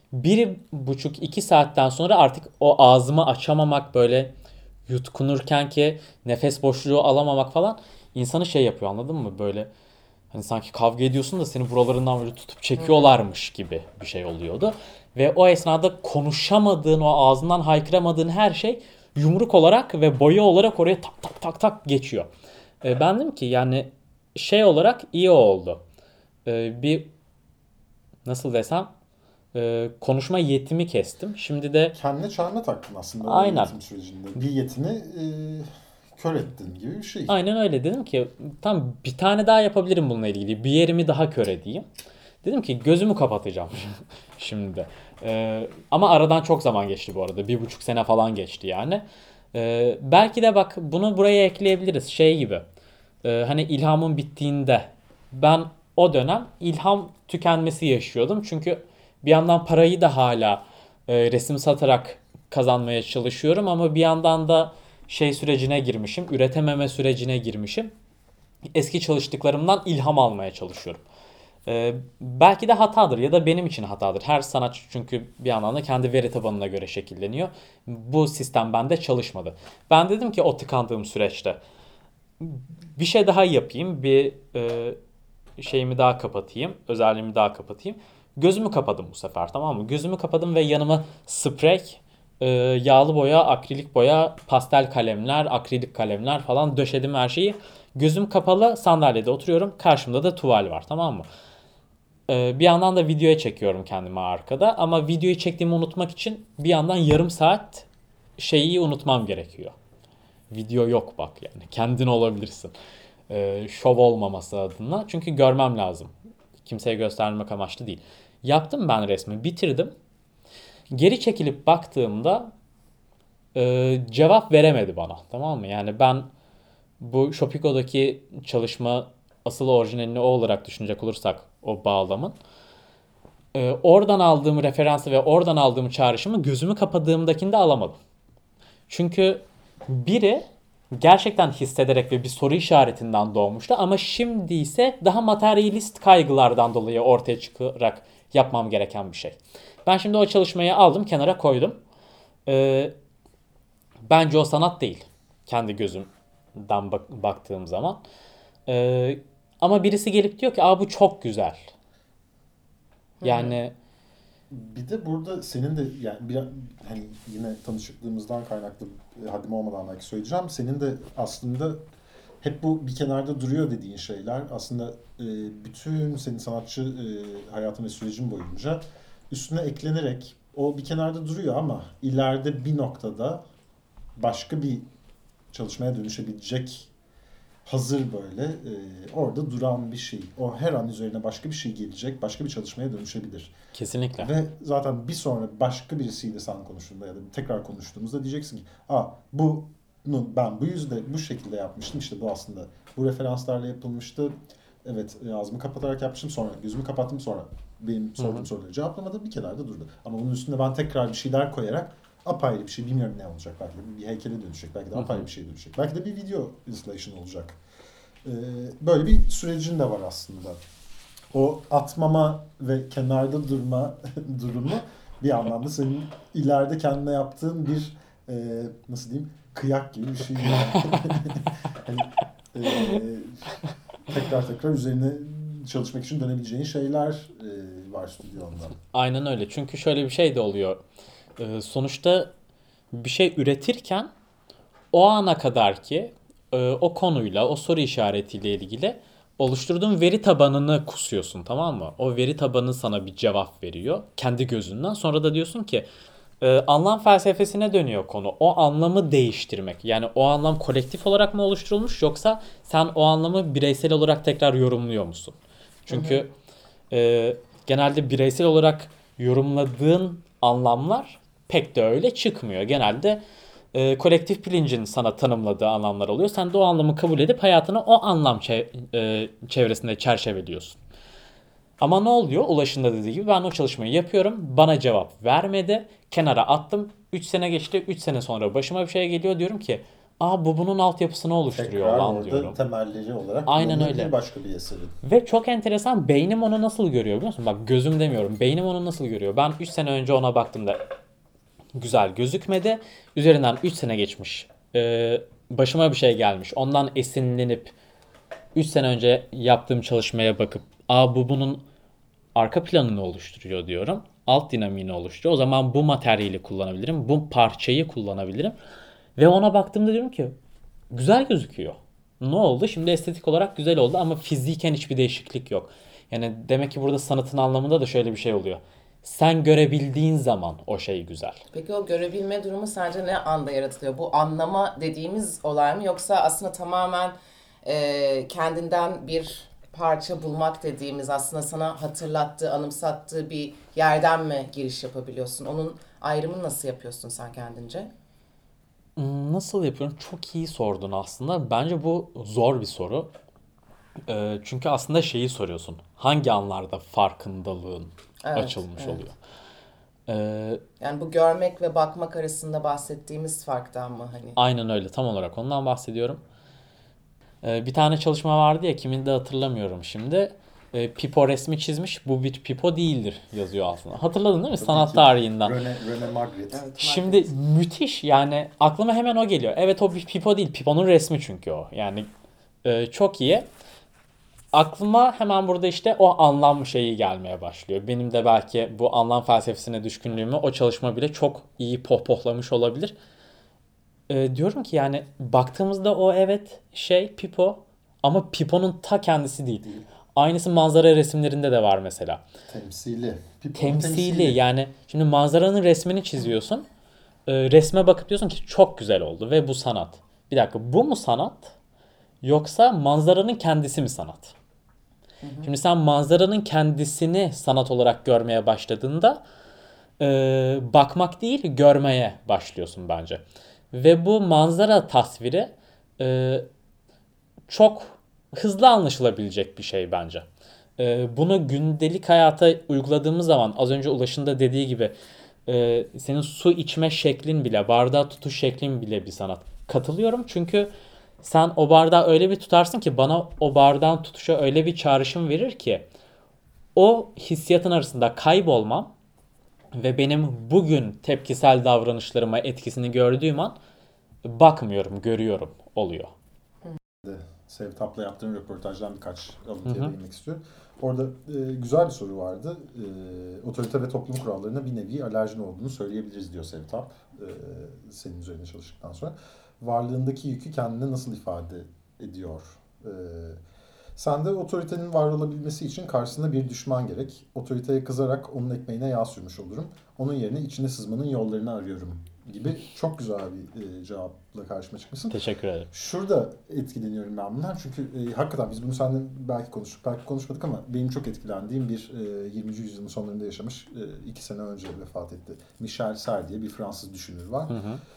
1,5-2 saatten sonra artık o ağzımı açamamak, böyle yutkunurken ki nefes boşluğu alamamak falan insanı şey yapıyor, anladın mı? Böyle hani sanki kavga ediyorsun da seni buralarından böyle tutup çekiyorlarmış gibi bir şey oluyordu. Ve o esnada konuşamadığın, o ağzından haykıramadığın her şey yumruk olarak ve boya olarak oraya tak tak tak tak geçiyor. Ben dedim ki yani şey olarak iyi oldu. Bir nasıl desem konuşma yetimi kestim. Şimdi de kendine çelme taktın aslında o aynen. eğitim sürecinde. Bir yetini kör ettin gibi bir şey. Aynen öyle. Dedim ki tam bir tane daha yapabilirim bununla ilgili. Bir yerimi daha kör edeyim. Dedim ki gözümü kapatacağım şimdi de. Ama aradan çok zaman geçti bu arada. 1,5 sene falan geçti yani. Belki de bak bunu buraya ekleyebiliriz. Şey gibi. Hani ilhamın bittiğinde ben o dönem ilham tükenmesi yaşıyordum. Çünkü bir yandan parayı da hala resim satarak kazanmaya çalışıyorum ama bir yandan da şey sürecine girmişim. Üretememe sürecine girmişim. eski çalıştıklarımdan ilham almaya çalışıyorum. Belki de hatadır ya da benim için hatadır. Her sanatçı çünkü bir yandan da kendi veri tabanına göre şekilleniyor. Bu sistem bende çalışmadı. Ben dedim ki o tıkandığım süreçte bir şey daha yapayım. Bir şeyimi daha kapatayım. Özelliğimi daha kapatayım. Gözümü kapadım bu sefer, tamam mı? Gözümü kapadım ve yanıma sprey, yağlı boya, akrilik boya, pastel kalemler, akrilik kalemler falan döşedim her şeyi. Gözüm kapalı sandalyede oturuyorum. Karşımda da tuval var, tamam mı? Bir yandan da videoya çekiyorum kendimi arkada. Ama videoyu çektiğimi unutmak için bir yandan yarım saat şeyi unutmam gerekiyor. Video yok bak yani. Kendin olabilirsin. Şov olmaması adına. Çünkü görmem lazım. Kimseye göstermek amaçlı değil. Yaptım ben resmi. Bitirdim. Geri çekilip baktığımda cevap veremedi bana. Tamam mı? Yani ben bu Shopiko'daki çalışma asıl orijinalini o olarak düşünecek olursak o bağlamın. Oradan aldığım referansı ve oradan aldığım çağrışımı gözümü kapadığımdakinde alamadım. Çünkü biri gerçekten hissederek ve bir soru işaretinden doğmuştu ama şimdi ise daha materyalist kaygılardan dolayı ortaya çıkarak yapmam gereken bir şey. Ben şimdi o çalışmayı aldım, kenara koydum. Bence o sanat değil. Kendi gözümden baktığım zaman. Ama birisi gelip diyor ki, "Aa, bu çok güzel." Yani Bir de burada senin de yani bir, hani yine tanışıklığımızdan kaynaklı haddim olmadan belki söyleyeceğim. Senin de aslında hep bu bir kenarda duruyor dediğin şeyler aslında bütün senin sanatçı hayatın ve sürecin boyunca üstüne eklenerek o bir kenarda duruyor ama ileride bir noktada başka bir çalışmaya dönüşebilecek hazır böyle orada duran bir şey. O her an üzerine başka bir şey gelecek, başka bir çalışmaya dönüşebilir. kesinlikle. Ve zaten bir sonra başka birisiyle sen konuştuğunda ya da tekrar konuştuğumuzda diyeceksin ki, bunu ben bu yüzde bu şekilde yapmıştım. İşte bu aslında bu referanslarla yapılmıştı. Evet, ağzımı kapatarak yapmıştım. Sonra gözümü kapattım. Sonra benim sorduğum soruları cevaplamadı. Bir kenarda durdu. Ama bunun üstüne ben tekrar bir şeyler koyarak apayrı bir şey, bilmiyorum ne olacak. Belki de bir heykele dönüşecek. Belki de apayrı bir şey dönüşecek. Belki de bir video installation olacak. Böyle bir sürecin de var aslında. O atmama ve kenarda durma durumu bir anlamda senin ileride kendine yaptığın bir nasıl diyeyim, kıyak gibi bir şey. Hani, tekrar üzerine çalışmak için dönebileceğin şeyler var stüdyonda. Aynen öyle. Çünkü şöyle bir şey de oluyor. Sonuçta bir şey üretirken o ana kadar ki o konuyla, o soru işaretiyle ilgili oluşturduğun veri tabanını kusuyorsun, tamam mı? O veri tabanı sana bir cevap veriyor kendi gözünden. Sonra da diyorsun ki anlam felsefesine dönüyor konu. O anlamı değiştirmek. Yani o anlam kolektif olarak mı oluşturulmuş yoksa sen o anlamı bireysel olarak tekrar yorumluyor musun? Çünkü genelde bireysel olarak yorumladığın anlamlar pek de öyle çıkmıyor. Genelde kolektif bilincin sana tanımladığı anlamlar oluyor. Sen de o anlamı kabul edip hayatını o anlam çevresinde çerçeveliyorsun. Ama ne oluyor? Ulaş'ın da dediği gibi ben o çalışmayı yapıyorum. Bana cevap vermedi. Kenara attım. 3 sene geçti. 3 sene sonra başıma bir şey geliyor. Diyorum ki, bu bunun altyapısını oluşturuyor Tekrar lan orada diyorum. temelleri olarak Aynen kullanılabilir öyle. başka bir eserin. Ve çok enteresan, beynim onu nasıl görüyor biliyor musun? Bak, gözüm demiyorum. Beynim onu nasıl görüyor? Ben 3 sene önce ona baktığımda güzel gözükmedi. Üzerinden 3 sene geçmiş. Başıma bir şey gelmiş. Ondan esinlenip 3 sene önce yaptığım çalışmaya bakıp, bu bunun arka planını oluşturuyor diyorum. Alt dinamiğini oluşturuyor. O zaman bu materyali kullanabilirim. Bu parçayı kullanabilirim. Ve ona baktığımda diyorum ki, güzel gözüküyor. Ne oldu? Şimdi estetik olarak güzel oldu ama fiziken hiçbir değişiklik yok. Yani demek ki burada sanatın anlamında da şöyle bir şey oluyor. Sen görebildiğin zaman o şey güzel. Peki o görebilme durumu sence ne anda yaratılıyor? Bu anlama dediğimiz olay mı, yoksa aslında tamamen kendinden bir parça bulmak dediğimiz, aslında sana hatırlattığı, anımsattığı bir yerden mi giriş yapabiliyorsun? Onun ayrımını nasıl yapıyorsun sen kendince? Nasıl yapıyorum? Çok iyi sordun aslında. Bence bu zor bir soru. Çünkü aslında şeyi soruyorsun. Hangi anlarda farkındalığın Evet, açılmış evet. oluyor? Ee, Yani bu görmek ve bakmak arasında bahsettiğimiz farktan mı hani? aynen öyle. Tam olarak ondan bahsediyorum. Bir tane çalışma vardı ya, kimini de hatırlamıyorum şimdi. Pipo resmi çizmiş. Bu bir pipo değildir yazıyor aslında. Hatırladın değil mi? Tabii Sanat ki. tarihinden. René Magritte. Evet, Şimdi Margaret. müthiş, yani aklıma hemen o geliyor. Evet, o bir pipo değil. Pipo'nun resmi çünkü o. Yani çok iyi. Aklıma hemen burada işte o anlam şeyi gelmeye başlıyor. Benim de belki bu anlam felsefesine düşkünlüğümü o çalışma bile çok iyi pohpohlamış olabilir. Diyorum ki yani baktığımızda o evet Pipo, ama Pipo'nun ta kendisi değil. Değil. Aynısı manzara resimlerinde de var mesela. Temsili. Pipo'nun Temsili, yani şimdi manzaranın resmini çiziyorsun. Resme bakıp diyorsun ki çok güzel oldu ve bu sanat. Bir dakika, bu mu sanat? Yoksa manzaranın kendisi mi sanat? Şimdi sen manzaranın kendisini sanat olarak görmeye başladığında bakmak değil, görmeye başlıyorsun bence. Ve bu manzara tasviri çok hızlı anlaşılabilecek bir şey bence. Bunu gündelik hayata uyguladığımız zaman, az önce Ulaş'ın da dediği gibi, senin su içme şeklin bile, bardağı tutuş şeklin bile bir sanat. Katılıyorum, çünkü sen o bardağı öyle bir tutarsın ki bana o bardağın tutuşa öyle bir çağrışım verir ki o hissiyatın arasında kaybolmam ve benim bugün tepkisel davranışlarıma etkisini gördüğüm an bakmıyorum, görüyorum oluyor. Sevtap'la yaptığım röportajdan birkaç alıntıya değinmek istiyorum. Orada güzel bir soru vardı. Otorite ve toplum kurallarına bir nevi alerjin olduğunu söyleyebiliriz diyor Sevtap. Senin üzerine çalıştıktan sonra. Varlığındaki yükü kendine nasıl ifade ediyor? Sen de otoritenin var olabilmesi için karşısında bir düşman gerek. Otoriteye kızarak onun ekmeğine yağ sürmüş olurum. Onun yerine içine sızmanın yollarını arıyorum gibi çok güzel bir cevapla karşıma çıkmışsın. Teşekkür ederim. Şurada etkileniyorum ben bundan. Çünkü hakikaten biz bunu seninle belki konuştuk, belki konuşmadık ama benim çok etkilendiğim bir 20. yüzyılın sonlarında yaşamış, 2 sene önce vefat etti. Michel Serres diye bir Fransız düşünür var.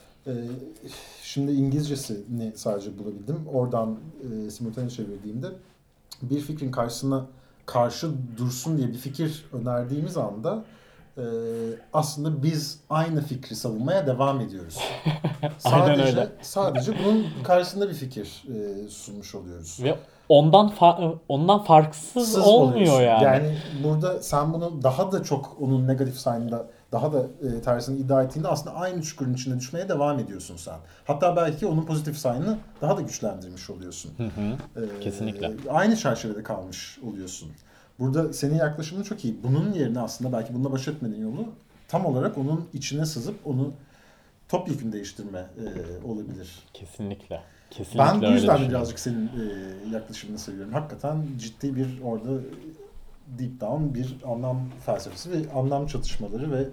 Şimdi İngilizcesini sadece bulabildim. Oradan simultane çevirdiğimde bir fikrin karşısına karşı dursun diye bir fikir önerdiğimiz anda aslında biz aynı fikri savunmaya devam ediyoruz. Aynen öyle. Sadece bunun karşısında bir fikir sunmuş oluyoruz. Ve ondan farksız olmuyor oluyorsun. yani. Yani burada sen bunu daha da çok onun negatif sign'da daha da tersini iddia ettiğinde aslında aynı çukurun içine düşmeye devam ediyorsun sen. Hatta belki onun pozitif sign'ını daha da güçlendirmiş oluyorsun. Kesinlikle. Aynı çerçevede kalmış oluyorsun. Burada senin yaklaşımın çok iyi. Bunun yerine aslında belki bununla baş etmenin yolu tam olarak onun içine sızıp onu topyekun değiştirme olabilir. Kesinlikle. Ben bu öyle yüzden düşünüyorum. birazcık senin yaklaşımını seviyorum. Hakikaten ciddi bir orada deep down bir anlam felsefesi ve anlam çatışmaları ve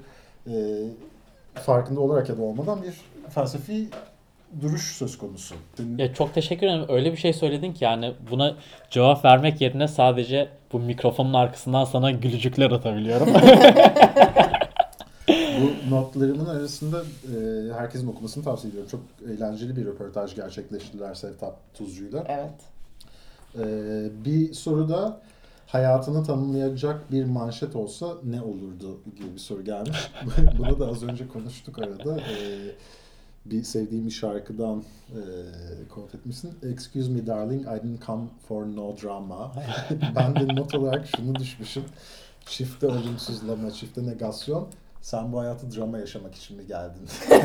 farkında olarak ya da olmadan bir felsefi duruş söz konusu. Ya çok teşekkür ederim. Öyle bir şey söyledin ki yani buna cevap vermek yerine sadece bu mikrofonun arkasından sana gülücükler atabiliyorum. Bu notlarımın arasında herkesin okumasını tavsiye ediyorum. Çok eğlenceli bir röportaj gerçekleştirdiler Sevtap Tuzcu'yla. Evet. Bir soruda hayatını tanımlayacak bir manşet olsa ne olurdu gibi bir soru gelmiş. Bunu da az önce konuştuk arada. Bir sevdiğim bir şarkıdan quote etmişsin. Excuse me darling, I didn't come for no drama. Ben de not olarak şunu düşmüşüm. Çifte olumsuzlama, çifte negasyon. Sen bu hayatı drama yaşamak için mi geldin?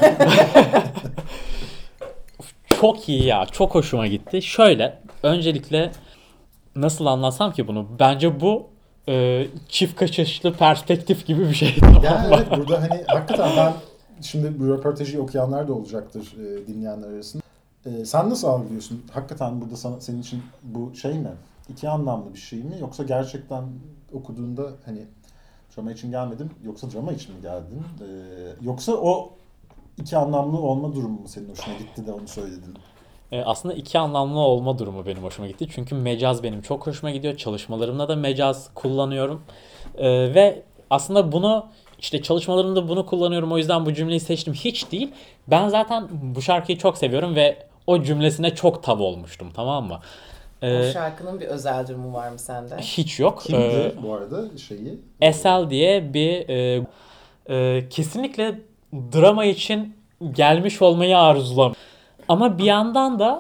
Çok iyi ya. Çok hoşuma gitti. Şöyle, öncelikle nasıl anlatsam ki bunu? Bence bu çift kaçışlı perspektif gibi bir şey. Yani evet, burada hani hakikaten ben şimdi bu röportajı okuyanlar da olacaktır dinleyenler arasında. Sen nasıl algılıyorsun? Hakikaten burada senin için bu şey mi? İki anlamlı bir şey mi? Yoksa gerçekten okuduğunda hani drama için gelmedim, yoksa drama için mi geldin? Yoksa o iki anlamlı olma durumu mu senin hoşuna gitti de onu söyledin? Aslında iki anlamlı olma durumu benim hoşuma gitti. Çünkü mecaz benim çok hoşuma gidiyor. Çalışmalarımda da mecaz kullanıyorum. Ve aslında bunu işte çalışmalarımda bunu kullanıyorum. O yüzden bu cümleyi seçtim. Hiç değil. Ben zaten bu şarkıyı çok seviyorum ve o cümlesine çok tav olmuştum, tamam mı? O şarkının bir özel durumu var mı sende? Hiç yok. Kimdi bu arada şeyi? Esel diye bir kesinlikle drama için gelmiş olmayı arzulam. Ama bir yandan da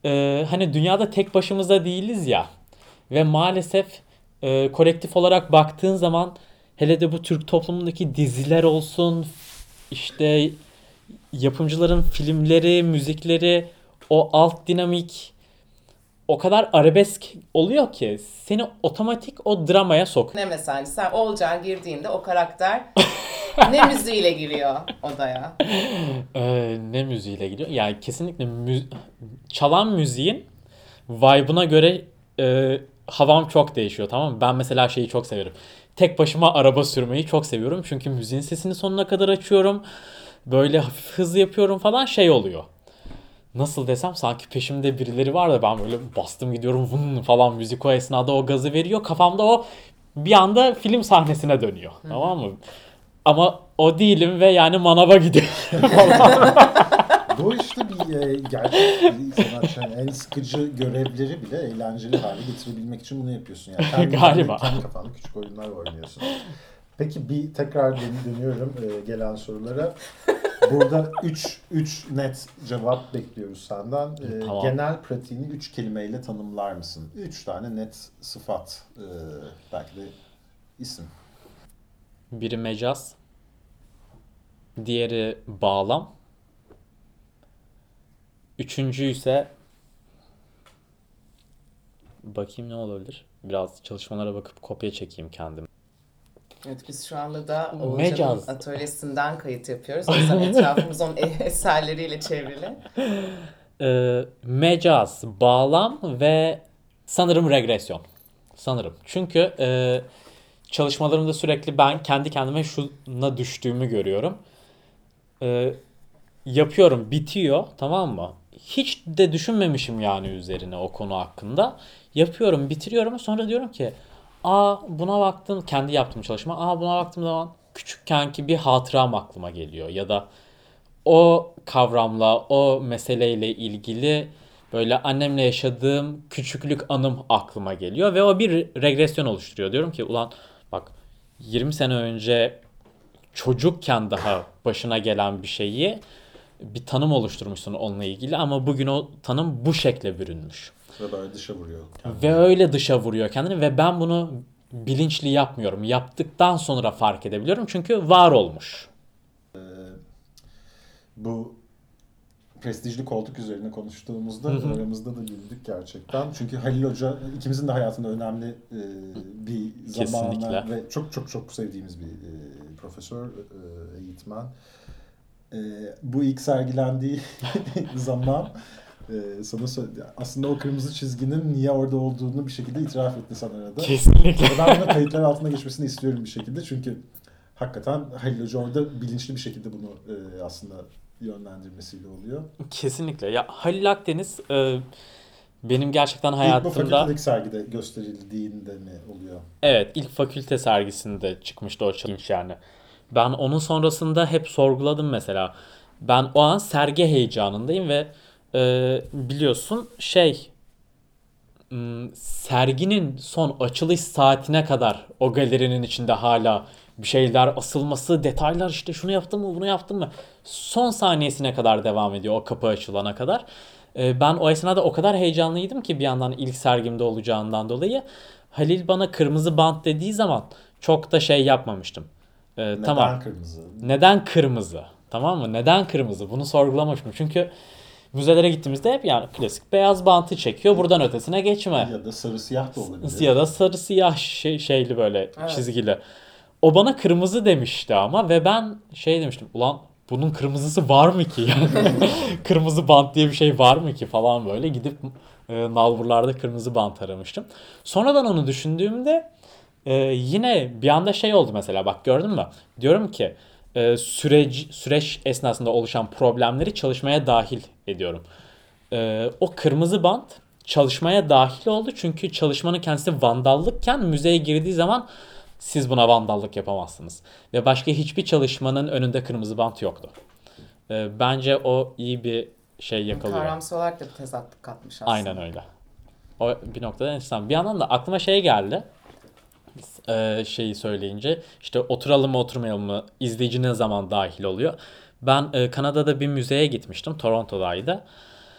hani dünyada tek başımıza değiliz ya. Ve maalesef kolektif olarak baktığın zaman hele de bu Türk toplumundaki diziler olsun, işte yapımcıların filmleri, müzikleri, o alt dinamik o kadar arabesk oluyor ki seni otomatik o dramaya sok. Ne mesela hani sen Olcan girdiğinde o karakter ne müziğiyle giriyor odaya? Ne müziğiyle gidiyor? Yani kesinlikle çalan müziğin vibe'ına göre havam çok değişiyor, tamam mı? Ben mesela şeyi çok severim. Tek başıma araba sürmeyi çok seviyorum. Çünkü müziğin sesini sonuna kadar açıyorum. Böyle hafif hız yapıyorum falan, şey oluyor. Nasıl desem, sanki peşimde birileri var da ben böyle bastım gidiyorum vın falan, müzik o esnada o gazı veriyor. Kafamda o bir anda film sahnesine dönüyor. Tamam mı? Ama o değilim ve yani manava gidiyorum falan. Bu işte bir gerçek bir sanatçının en sıkıcı görevleri bile eğlenceli hale getirebilmek için bunu yapıyorsun. Yani Galiba. Kendi kafanda küçük oyunlar oynuyorsun. Peki bir tekrar dönüyorum gelen sorulara. Burada 3 net cevap bekliyoruz senden. Tamam. Genel pratiğini 3 kelimeyle tanımlar mısın? 3 tane net sıfat, belki de isim. Biri mecaz, diğeri bağlam, üçüncü ise bakayım ne olabilir. Biraz çalışmalara bakıp kopya çekeyim kendim. Evet, biz şu anda da Oğulcan'ın Mecaz. atölyesinden kayıt yapıyoruz. O yüzden etrafımız onun eserleriyle çevrili. Mecaz, bağlam ve sanırım regresyon. Sanırım. Çünkü çalışmalarımda sürekli ben kendi kendime şuna düştüğümü görüyorum. E, Yapıyorum, bitiyor, tamam mı? Hiç de düşünmemişim yani üzerine o konu hakkında. Yapıyorum, bitiriyorum, sonra diyorum ki buna baktım, kendi yaptığım çalışma. Buna baktığım zaman küçükkenki bir hatıram aklıma geliyor. Ya da o kavramla, o meseleyle ilgili böyle annemle yaşadığım küçüklük anım aklıma geliyor. Ve o bir regresyon oluşturuyor. Diyorum ki ulan bak, 20 sene önce çocukken daha başına gelen bir şeyi, bir tanım oluşturmuşsun onunla ilgili ama bugün o tanım bu şekle bürünmüş. Ve böyle dışa vuruyor kendini. Ve öyle dışa vuruyor kendini ve ben bunu bilinçli yapmıyorum. Yaptıktan sonra fark edebiliyorum çünkü var olmuş. Bu prestijli koltuk üzerine konuştuğumuzda aramızda da güldük gerçekten. Çünkü Halil Hoca ikimizin de hayatında önemli bir zamanlar Kesinlikle. ve çok çok çok sevdiğimiz bir profesör, eğitmen. Bu ilk sergilendiği zaman sana aslında o kırmızı çizginin niye orada olduğunu bir şekilde itiraf etti sana arada. Kesinlikle. Ve ben bunu kayıtlar altına geçmesini istiyorum bir şekilde. Çünkü hakikaten Halil Hoca orada bilinçli bir şekilde bunu aslında yönlendirmesiyle oluyor. Kesinlikle. Ya Halil Akdeniz benim gerçekten İlk bu hayatımda fakültedeki sergide gösterildiğinde mi oluyor? evet, ilk fakülte sergisinde çıkmıştı o challenge yani. Ben onun sonrasında hep sorguladım mesela. Ben o an sergi heyecanındayım ve biliyorsun serginin son açılış saatine kadar o galerinin içinde hala bir şeyler asılması, detaylar, işte şunu yaptım mı, bunu yaptım mı, son saniyesine kadar devam ediyor o kapı açılana kadar. Ben o esnada o kadar heyecanlıydım ki bir yandan ilk sergimde olacağından dolayı. Halil bana kırmızı bant dediği zaman çok da şey yapmamıştım. Neden Tamam. kırmızı? Neden kırmızı? Tamam mı? Neden kırmızı? Bunu sorgulamıştım. Çünkü müzelere gittiğimizde hep yani klasik beyaz bantı çekiyor. Buradan ötesine geçme. Ya da sarı siyah da olabilir. Ya da sarı siyah şeyli böyle çizgili. O bana kırmızı demişti ama ve ben şey demiştim. Ulan bunun kırmızısı var mı ki? Yani kırmızı bant diye bir şey var mı ki falan böyle gidip nalburlarda kırmızı bant aramıştım. Sonradan onu düşündüğümde yine bir anda şey oldu mesela, bak gördün mü? Diyorum ki süreç esnasında oluşan problemleri çalışmaya dahil ediyorum. O kırmızı bant çalışmaya dahil oldu çünkü çalışmanın kendisi vandallıkken müzeye girdiği zaman siz buna vandallık yapamazsınız. Ve başka hiçbir çalışmanın önünde kırmızı bant yoktu. Bence o iyi bir şey yakalıyor. Kavramsal olarak da bir tezatlık katmış aslında. Aynen öyle. O bir noktada enteresan. Bir yandan da aklıma şey geldi. Şeyi söyleyince işte oturalım mı oturmayalım mı, izleyici ne zaman dahil oluyor. Ben Kanada'da bir müzeye gitmiştim. Toronto'daydı.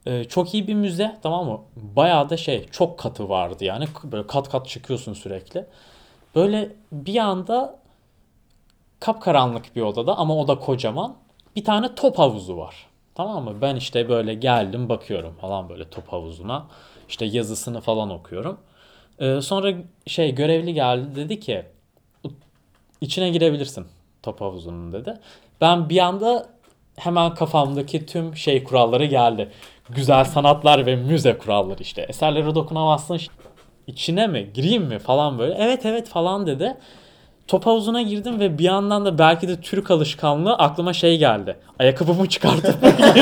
Çok iyi bir müze, tamam mı? Bayağı da çok katı vardı yani. Böyle kat kat çıkıyorsun sürekli. Böyle bir anda kapkaranlık bir odada ama oda kocaman. Bir tane top havuzu var. Tamam mı? Ben işte böyle geldim bakıyorum falan böyle top havuzuna. İşte yazısını falan okuyorum. Sonra görevli geldi, dedi ki içine girebilirsin top havuzunun, dedi. Ben bir anda hemen kafamdaki tüm kuralları geldi. Güzel sanatlar ve müze kuralları işte. Eserlere dokunamazsın. İçine mi gireyim mi falan böyle. Evet evet falan dedi. Top havuzuna girdim ve bir yandan da belki de Türk alışkanlığı aklıma geldi. Ayakkabımı çıkartıp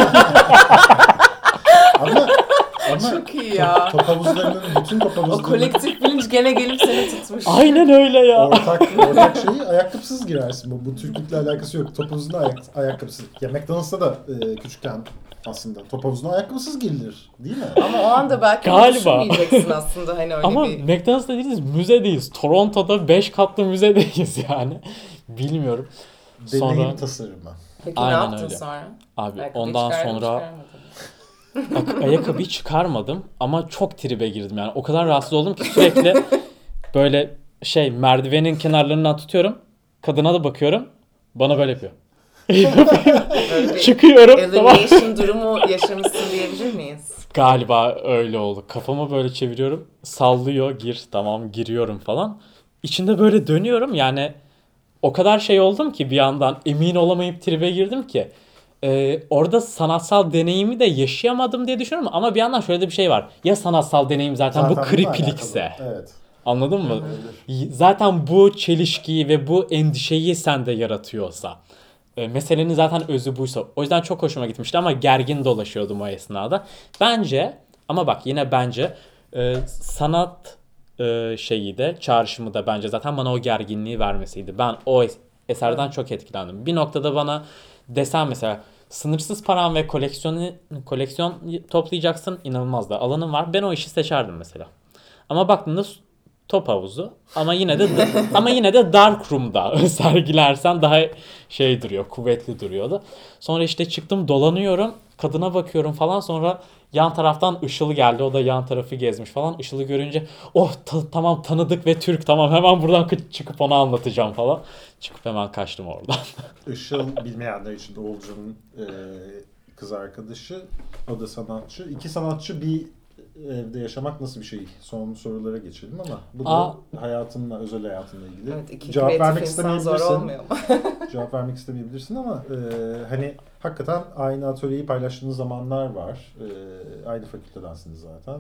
Ama Çok iyi ya. top havuzlarının, bütün top O havuzlarının kolektif bilinç gene gelip seni tutmuş. aynen öyle ya. ortak şeyi ayakkabısız girersin. Bu Türklükle alakası yok. Top havuzuna ayakkabısız. Ya McDonald's'ta da küçükken aslında top havuzuna ayakkabısız girilir. Değil mi? Ama o anda belki Galiba. düşünmeyeceksin aslında hani öyle Ama bir... McDonald's'ta değiliz, müzedeyiz. Toronto'da 5 katlı müzedeyiz yani. Bilmiyorum. Deneyim tasarımı. Peki Aynen ne yaptın öyle. sonra? Abi Ayakkabıyı ondan çıkardın, sonra çıkarmadın. ayakkabıyı çıkarmadım ama çok tribe girdim yani. O kadar rahatsız oldum ki sürekli böyle merdivenin kenarlarından tutuyorum. Kadına da bakıyorum. Bana böyle yapıyor. Öyle bir Çıkıyorum. Tamam. alienation durumu yaşamışsın diyebilir miyiz? Galiba öyle oldu. Kafamı böyle çeviriyorum. Sallıyor. Gir. Tamam, giriyorum falan. İçinde böyle dönüyorum. Yani o kadar oldum ki bir yandan emin olamayıp tribe girdim ki. Orada sanatsal deneyimi de yaşayamadım diye düşünüyorum. Ama bir yandan şöyle de bir şey var. Ya sanatsal deneyim zaten bu bununla creepy'likse. alakalı. Evet. Anladın mı? Zaten bu çelişkiyi ve bu endişeyi sende yaratıyorsa. Meselenin zaten özü buysa. O yüzden çok hoşuma gitmişti ama gergin dolaşıyordum o esnada. Bence, ama bak yine bence sanat şeyi de, çağrışımı da bence zaten bana o gerginliği vermesiydi. Ben o eserden çok etkilendim. Bir noktada bana desen mesela sınırsız paran ve koleksiyon toplayacaksın, inanılmaz da alanın var. Ben o işi seçerdim mesela. Ama baktığında top havuzu ama yine de dark room'da sergilersen daha duruyor, kuvvetli duruyordu. Sonra işte çıktım, dolanıyorum, kadına bakıyorum falan, sonra yan taraftan Işıl geldi, o da yan tarafı gezmiş falan. Işıl'ı görünce tamam, tanıdık ve Türk, tamam, hemen buradan çıkıp ona anlatacağım falan. Çıkıp hemen kaçtım oradan. Işıl, bilmeyenler için Oğulcan'ın kız arkadaşı. O da sanatçı. İki sanatçı bir evde yaşamak nasıl bir şey? Son sorulara geçelim ama bu da hayatınla, özel hayatınla ilgili. Evet, iki Cevap vermek insan zor istemeyebilirsin. olmuyor mu? Cevap vermek istemeyebilirsin ama hani hakikaten aynı atölyeyi paylaştığınız zamanlar var. Aynı fakültedensiniz zaten.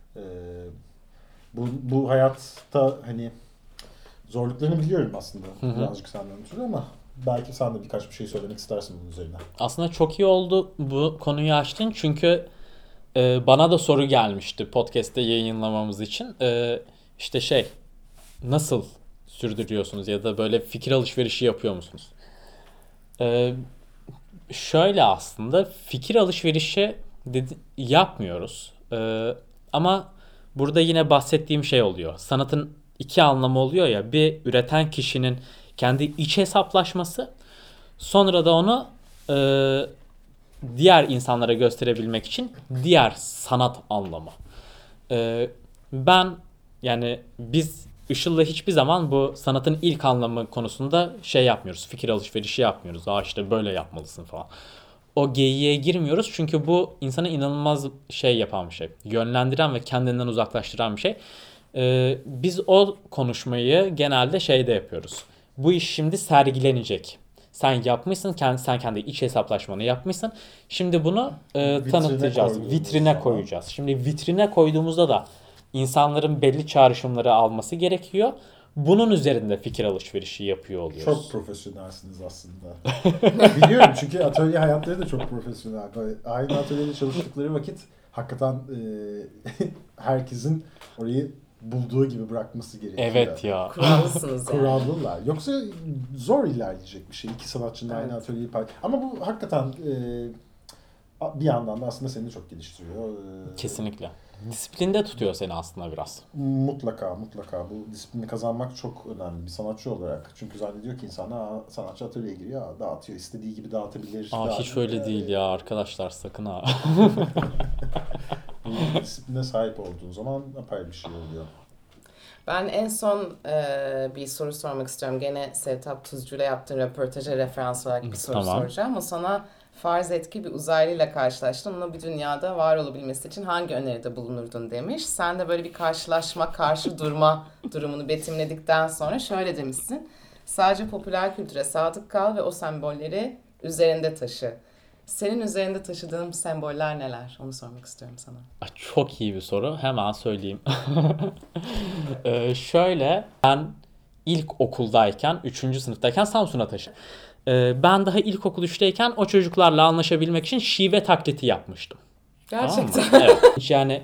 Bu hayatta hani zorluklarını biliyorum aslında. Birazcık senden ötürü ama belki sen de birkaç bir şey söylemek istersin bunun üzerine. Aslında çok iyi oldu bu konuyu açtın çünkü bana da soru gelmişti podcast'te yayınlamamız için. İşte nasıl sürdürüyorsunuz ya da böyle fikir alışverişi yapıyor musunuz? Şöyle aslında fikir alışverişi yapmıyoruz. Ama burada yine bahsettiğim oluyor. Sanatın iki anlamı oluyor ya. Bir, üreten kişinin kendi iç hesaplaşması. Sonra da onu diğer insanlara gösterebilmek için diğer sanat anlamı. Biz Işıl'la hiçbir zaman bu sanatın ilk anlamı konusunda yapmıyoruz. Fikir alışverişi yapmıyoruz. İşte böyle yapmalısın falan. O geyiğe girmiyoruz çünkü bu insanı inanılmaz yapan bir şey. Yönlendiren ve kendinden uzaklaştıran bir şey. Biz o konuşmayı genelde yapıyoruz. Bu iş şimdi sergilenecek. Sen yapmışsın, sen kendi iç hesaplaşmanı yapmışsın. Şimdi bunu tanıtacağız, vitrine koyacağız. Şimdi vitrine koyduğumuzda da insanların belli çağrışımları alması gerekiyor. Bunun üzerinde fikir alışverişi yapıyor oluyoruz. Çok profesyonelsiniz aslında. Biliyorum çünkü atölye hayatları da çok profesyonel. Aynı atölyede çalıştıkları vakit hakikaten herkesin orayı bulduğu gibi bırakması gerekiyor. Evet ya. Kurallısınız yani. Kurallılar. Yoksa zor ilerleyecek bir şey. İki sanatçının aynı atölyeyi ama bu hakikaten bir yandan da aslında seni de çok geliştiriyor. Kesinlikle. Disiplinde tutuyor seni aslında biraz. Mutlaka bu disiplini kazanmak çok önemli bir sanatçı olarak. Çünkü zannediyor ki insanlar sanatçı atölyeye giriyor, dağıtıyor, istediği gibi dağıtabilir. Hiç öyle değil ya arkadaşlar, sakın ha. Bu disipline sahip olduğun zaman apayrı bir şey oluyor. Ben en son bir soru sormak istiyorum. Gene Sevtap Tuzcu'yla yaptığın röportaja referans olarak bir soru soracağım. O sana farz et ki bir uzaylıyla karşılaştın. Onunla bir dünyada var olabilmesi için hangi öneride bulunurdun demiş. Sen de böyle bir karşılaşma, karşı durma durumunu betimledikten sonra şöyle demişsin. Sadece popüler kültüre sadık kal ve o sembolleri üzerinde taşı. Senin üzerinde taşıdığın semboller neler? Onu sormak istiyorum sana. Çok iyi bir soru. Hemen söyleyeyim. Şöyle, ben ilk okuldayken, 3. sınıftayken Samsun'a taşındım. Ben daha ilkokul 3'teyken o çocuklarla anlaşabilmek için şive taklidi yapmıştım. Gerçekten. Tamam mı? Evet. Yani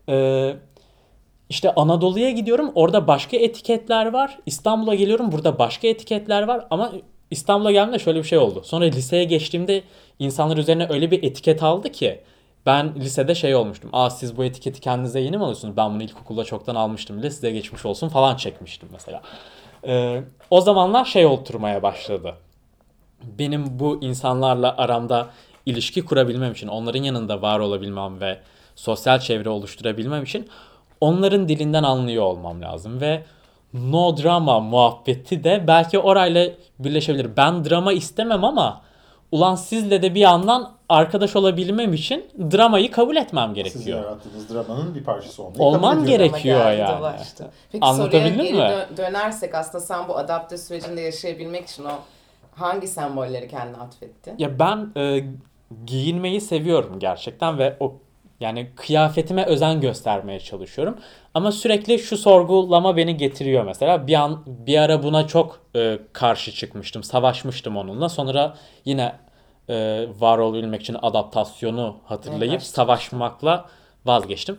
işte Anadolu'ya gidiyorum, orada başka etiketler var. İstanbul'a geliyorum, burada başka etiketler var. Ama İstanbul'a geldiğimde şöyle bir şey oldu. Sonra liseye geçtiğimde insanlar üzerine öyle bir etiket aldı ki ben lisede şey olmuştum. Siz bu etiketi kendinize yeni mi alıyorsunuz? Ben bunu ilkokulda çoktan almıştım bile, size geçmiş olsun falan çekmiştim mesela. O zamanlar şey oturmaya başladı. Benim bu insanlarla aramda ilişki kurabilmem için, onların yanında var olabilmem ve sosyal çevre oluşturabilmem için onların dilinden anlıyor olmam lazım ve no drama muhabbeti de belki orayla birleşebilir. Ben drama istemem ama ulan sizle de bir yandan arkadaş olabilmem için dramayı kabul etmem gerekiyor. Sizin yarattığınız dramanın bir parçası olmam gerekiyor yani. Dolaştı. Peki Anlatabildim soruya mi? geri dönersek aslında sen bu adapte sürecinde yaşayabilmek için o hangi sembolleri kendine atfettin? Ya ben giyinmeyi seviyorum gerçekten ve o yani kıyafetime özen göstermeye çalışıyorum. Ama sürekli şu sorgulama beni getiriyor mesela. Bir ara buna çok karşı çıkmıştım, savaşmıştım onunla. Sonra yine var olabilmek için adaptasyonu hatırlayıp savaşmakla vazgeçtim.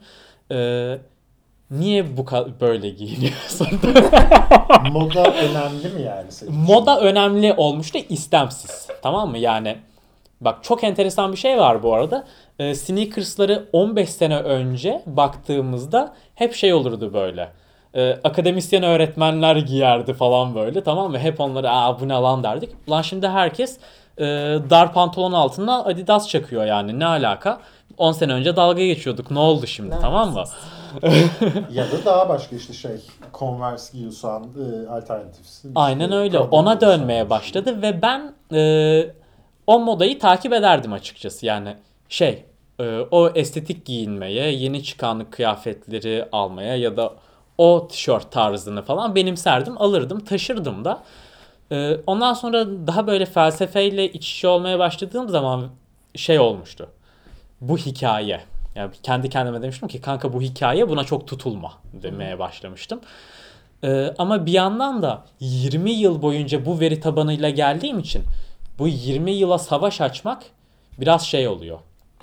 Niye böyle giyiniyorsun? Moda önemli mi yani senin için? Moda önemli olmuş da istemsiz. Tamam mı? Yani bak, çok enteresan bir şey var bu arada. Sneakers'ları 15 sene önce baktığımızda hep şey olurdu böyle. Akademisyen öğretmenler giyerdi falan böyle, tamam mı? Hep onlara bu ne lan derdik. Ulan şimdi herkes dar pantolon altına Adidas çakıyor yani. Ne alaka? 10 sene önce dalga geçiyorduk. Ne oldu şimdi, tamam mı? Ya da daha başka işte Converse giyiyorsan alternatifsin. Aynen öyle. Ona dönmeye başladı ve ben o modayı takip ederdim açıkçası. Yani o estetik giyinmeye, yeni çıkan kıyafetleri almaya ya da o tişört tarzını falan benimserdim, alırdım, taşırdım da. Ondan sonra daha böyle felsefeyle iç içe olmaya başladığım zaman şey olmuştu. Bu hikaye. Yani kendi kendime demiştim ki kanka bu hikaye, buna çok tutulma demeye başlamıştım. Ama bir yandan da 20 yıl boyunca bu veri tabanıyla geldiğim için bu 20 yıla savaş açmak biraz şey oluyor.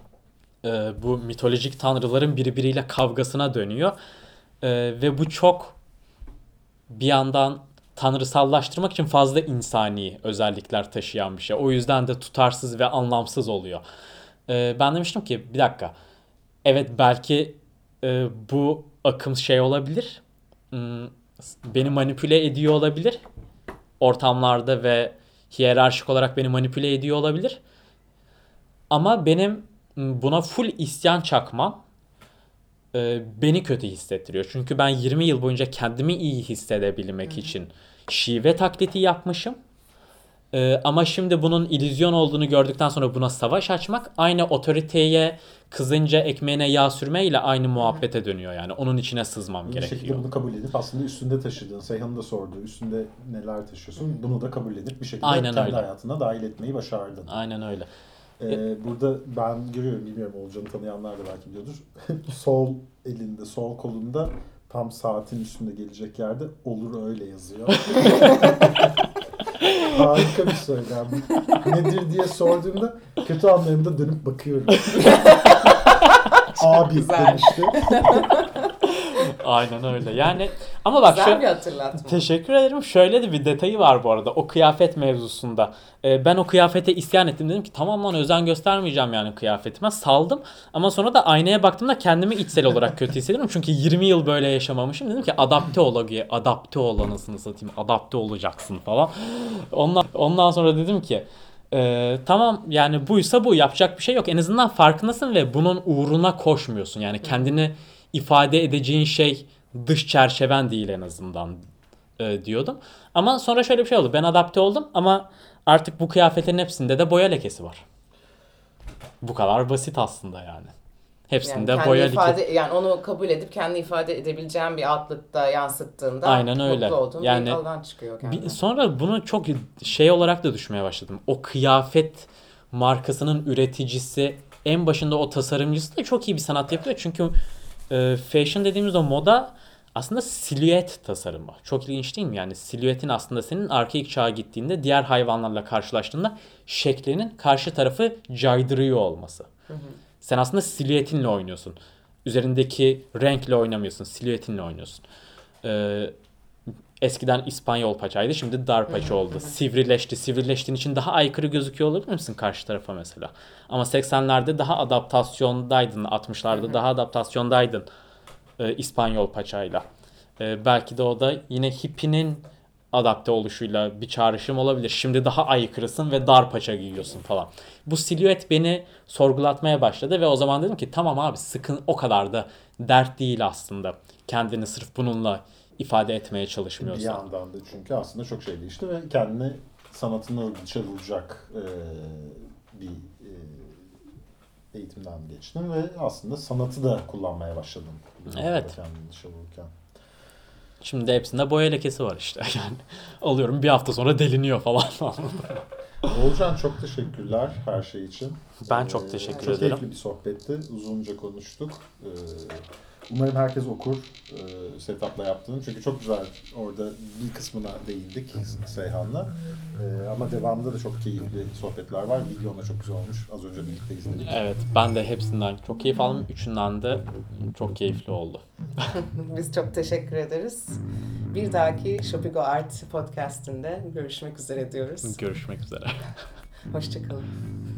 Bu mitolojik tanrıların birbiriyle kavgasına dönüyor. Ve bu çok bir yandan tanrısallaştırmak için fazla insani özellikler taşıyan bir şey. O yüzden de tutarsız ve anlamsız oluyor. Ben demiştim ki bir dakika. Evet, belki bu akım şey olabilir. Beni manipüle ediyor olabilir. Ortamlarda ve hiyerarşik olarak beni manipüle ediyor olabilir. Ama benim buna full isyan çakmam beni kötü hissettiriyor. Çünkü ben 20 yıl boyunca kendimi iyi hissedebilmek için şive taklidi yapmışım. Ama şimdi bunun illüzyon olduğunu gördükten sonra buna savaş açmak aynı otoriteye kızınca ekmeğine yağ sürmeyle aynı muhabbete dönüyor yani. Onun içine sızmam bir gerekiyor. şekilde bunu kabul edip aslında üstünde taşıdığın, Seyhan'ın da sorduğu üstünde neler taşıyorsun bunu da kabul edip bir şekilde Aynen kendi öyle. hayatına dahil etmeyi başardın. Aynen öyle. Burada ben görüyorum, bilmiyorum, Olcan'ı tanıyanlar da belki biliyordur. Sol elinde, sol kolunda tam saatin üstünde gelecek yerde olur öyle yazıyor. Harika bir söylem. Nedir diye sorduğumda kötü anlarımda dönüp bakıyorum. Abi Güzel. demişti. Aynen öyle. Yani ama bak Güzel bir hatırlatma. Teşekkür ederim. Şöyle de bir detayı var bu arada o kıyafet mevzusunda. Ben o kıyafete isyan ettim. Dedim ki tamam lan özen göstermeyeceğim yani kıyafetime. Saldım. Ama sonra da aynaya baktığımda kendimi içsel olarak kötü hissediyorum. Çünkü 20 yıl böyle yaşamamışım. Dedim ki adapte ol anasını satayım. Adapte olacaksın falan. Ondan sonra dedim ki tamam yani buysa bu, yapacak bir şey yok. En azından farkındasın ve bunun uğruna koşmuyorsun. Yani kendini ifade edeceğin şey dış çerçeven değil en azından diyordum. Ama sonra şöyle bir şey oldu. Ben adapte oldum ama artık bu kıyafetlerin hepsinde de boya lekesi var. Bu kadar basit aslında yani. Hepsinde Yani boya ifade, lekesi. yani onu kabul edip kendi ifade edebileceğin bir outlet'ta yansıttığında Aynen öyle. mutlu olduğun Yani bir alan çıkıyor kendine. Sonra bunu çok şey olarak da düşünmeye başladım. O kıyafet markasının üreticisi, en başında o tasarımcısı da çok iyi bir sanat yapıyor. Çünkü fashion dediğimiz o moda aslında silüet tasarımı. Çok ilginç değil mi? Yani silüetin aslında senin arkaik çağa gittiğinde diğer hayvanlarla karşılaştığında şeklinin karşı tarafı caydırıyor olması. Sen aslında silüetinle oynuyorsun. Üzerindeki renkle oynamıyorsun. Silüetinle oynuyorsun. Eskiden İspanyol paçaydı. Şimdi dar paça oldu. Sivrileşti. Sivrileştiğin için daha aykırı gözüküyor olabilir misin karşı tarafa mesela? Ama 80'lerde daha adaptasyondaydın. 60'larda daha adaptasyondaydın İspanyol paçayla. Belki de o da yine hippinin adapte oluşuyla bir çağrışım olabilir. Şimdi daha aykırısın ve dar paça giyiyorsun falan. Bu silüet beni sorgulatmaya başladı ve o zaman dedim ki tamam abi sıkın, o kadar da dert değil aslında. Kendini sırf bununla ifade etmeye Bir çalışmıyorsan. yandan da çünkü aslında çok şey değişti ve kendini sanatını dışa vuracak bir eğitimden geçtim ve aslında sanatı da kullanmaya başladım. Evet. Kendini dışa vururken. Şimdi hepsinde boya lekesi var işte yani. Alıyorum bir hafta sonra deliniyor falan. Oğulcan çok teşekkürler her şey için. Ben çok teşekkür çok ederim. keyifli bir sohbetti. Uzunca konuştuk. Umarım herkes okur Setup'la yaptığını. Çünkü çok güzel orada bir kısmına değindik Seyhan'la. Ama devamında da çok keyifli sohbetler var. Videon da çok güzel olmuş. Az önce birlikte izledik. Evet, ben de hepsinden çok keyif aldım. Üçünden de çok keyifli oldu. Biz çok teşekkür ederiz. Bir dahaki Shopigo Art podcast'inde görüşmek üzere diyoruz. Görüşmek üzere. Hoşçakalın.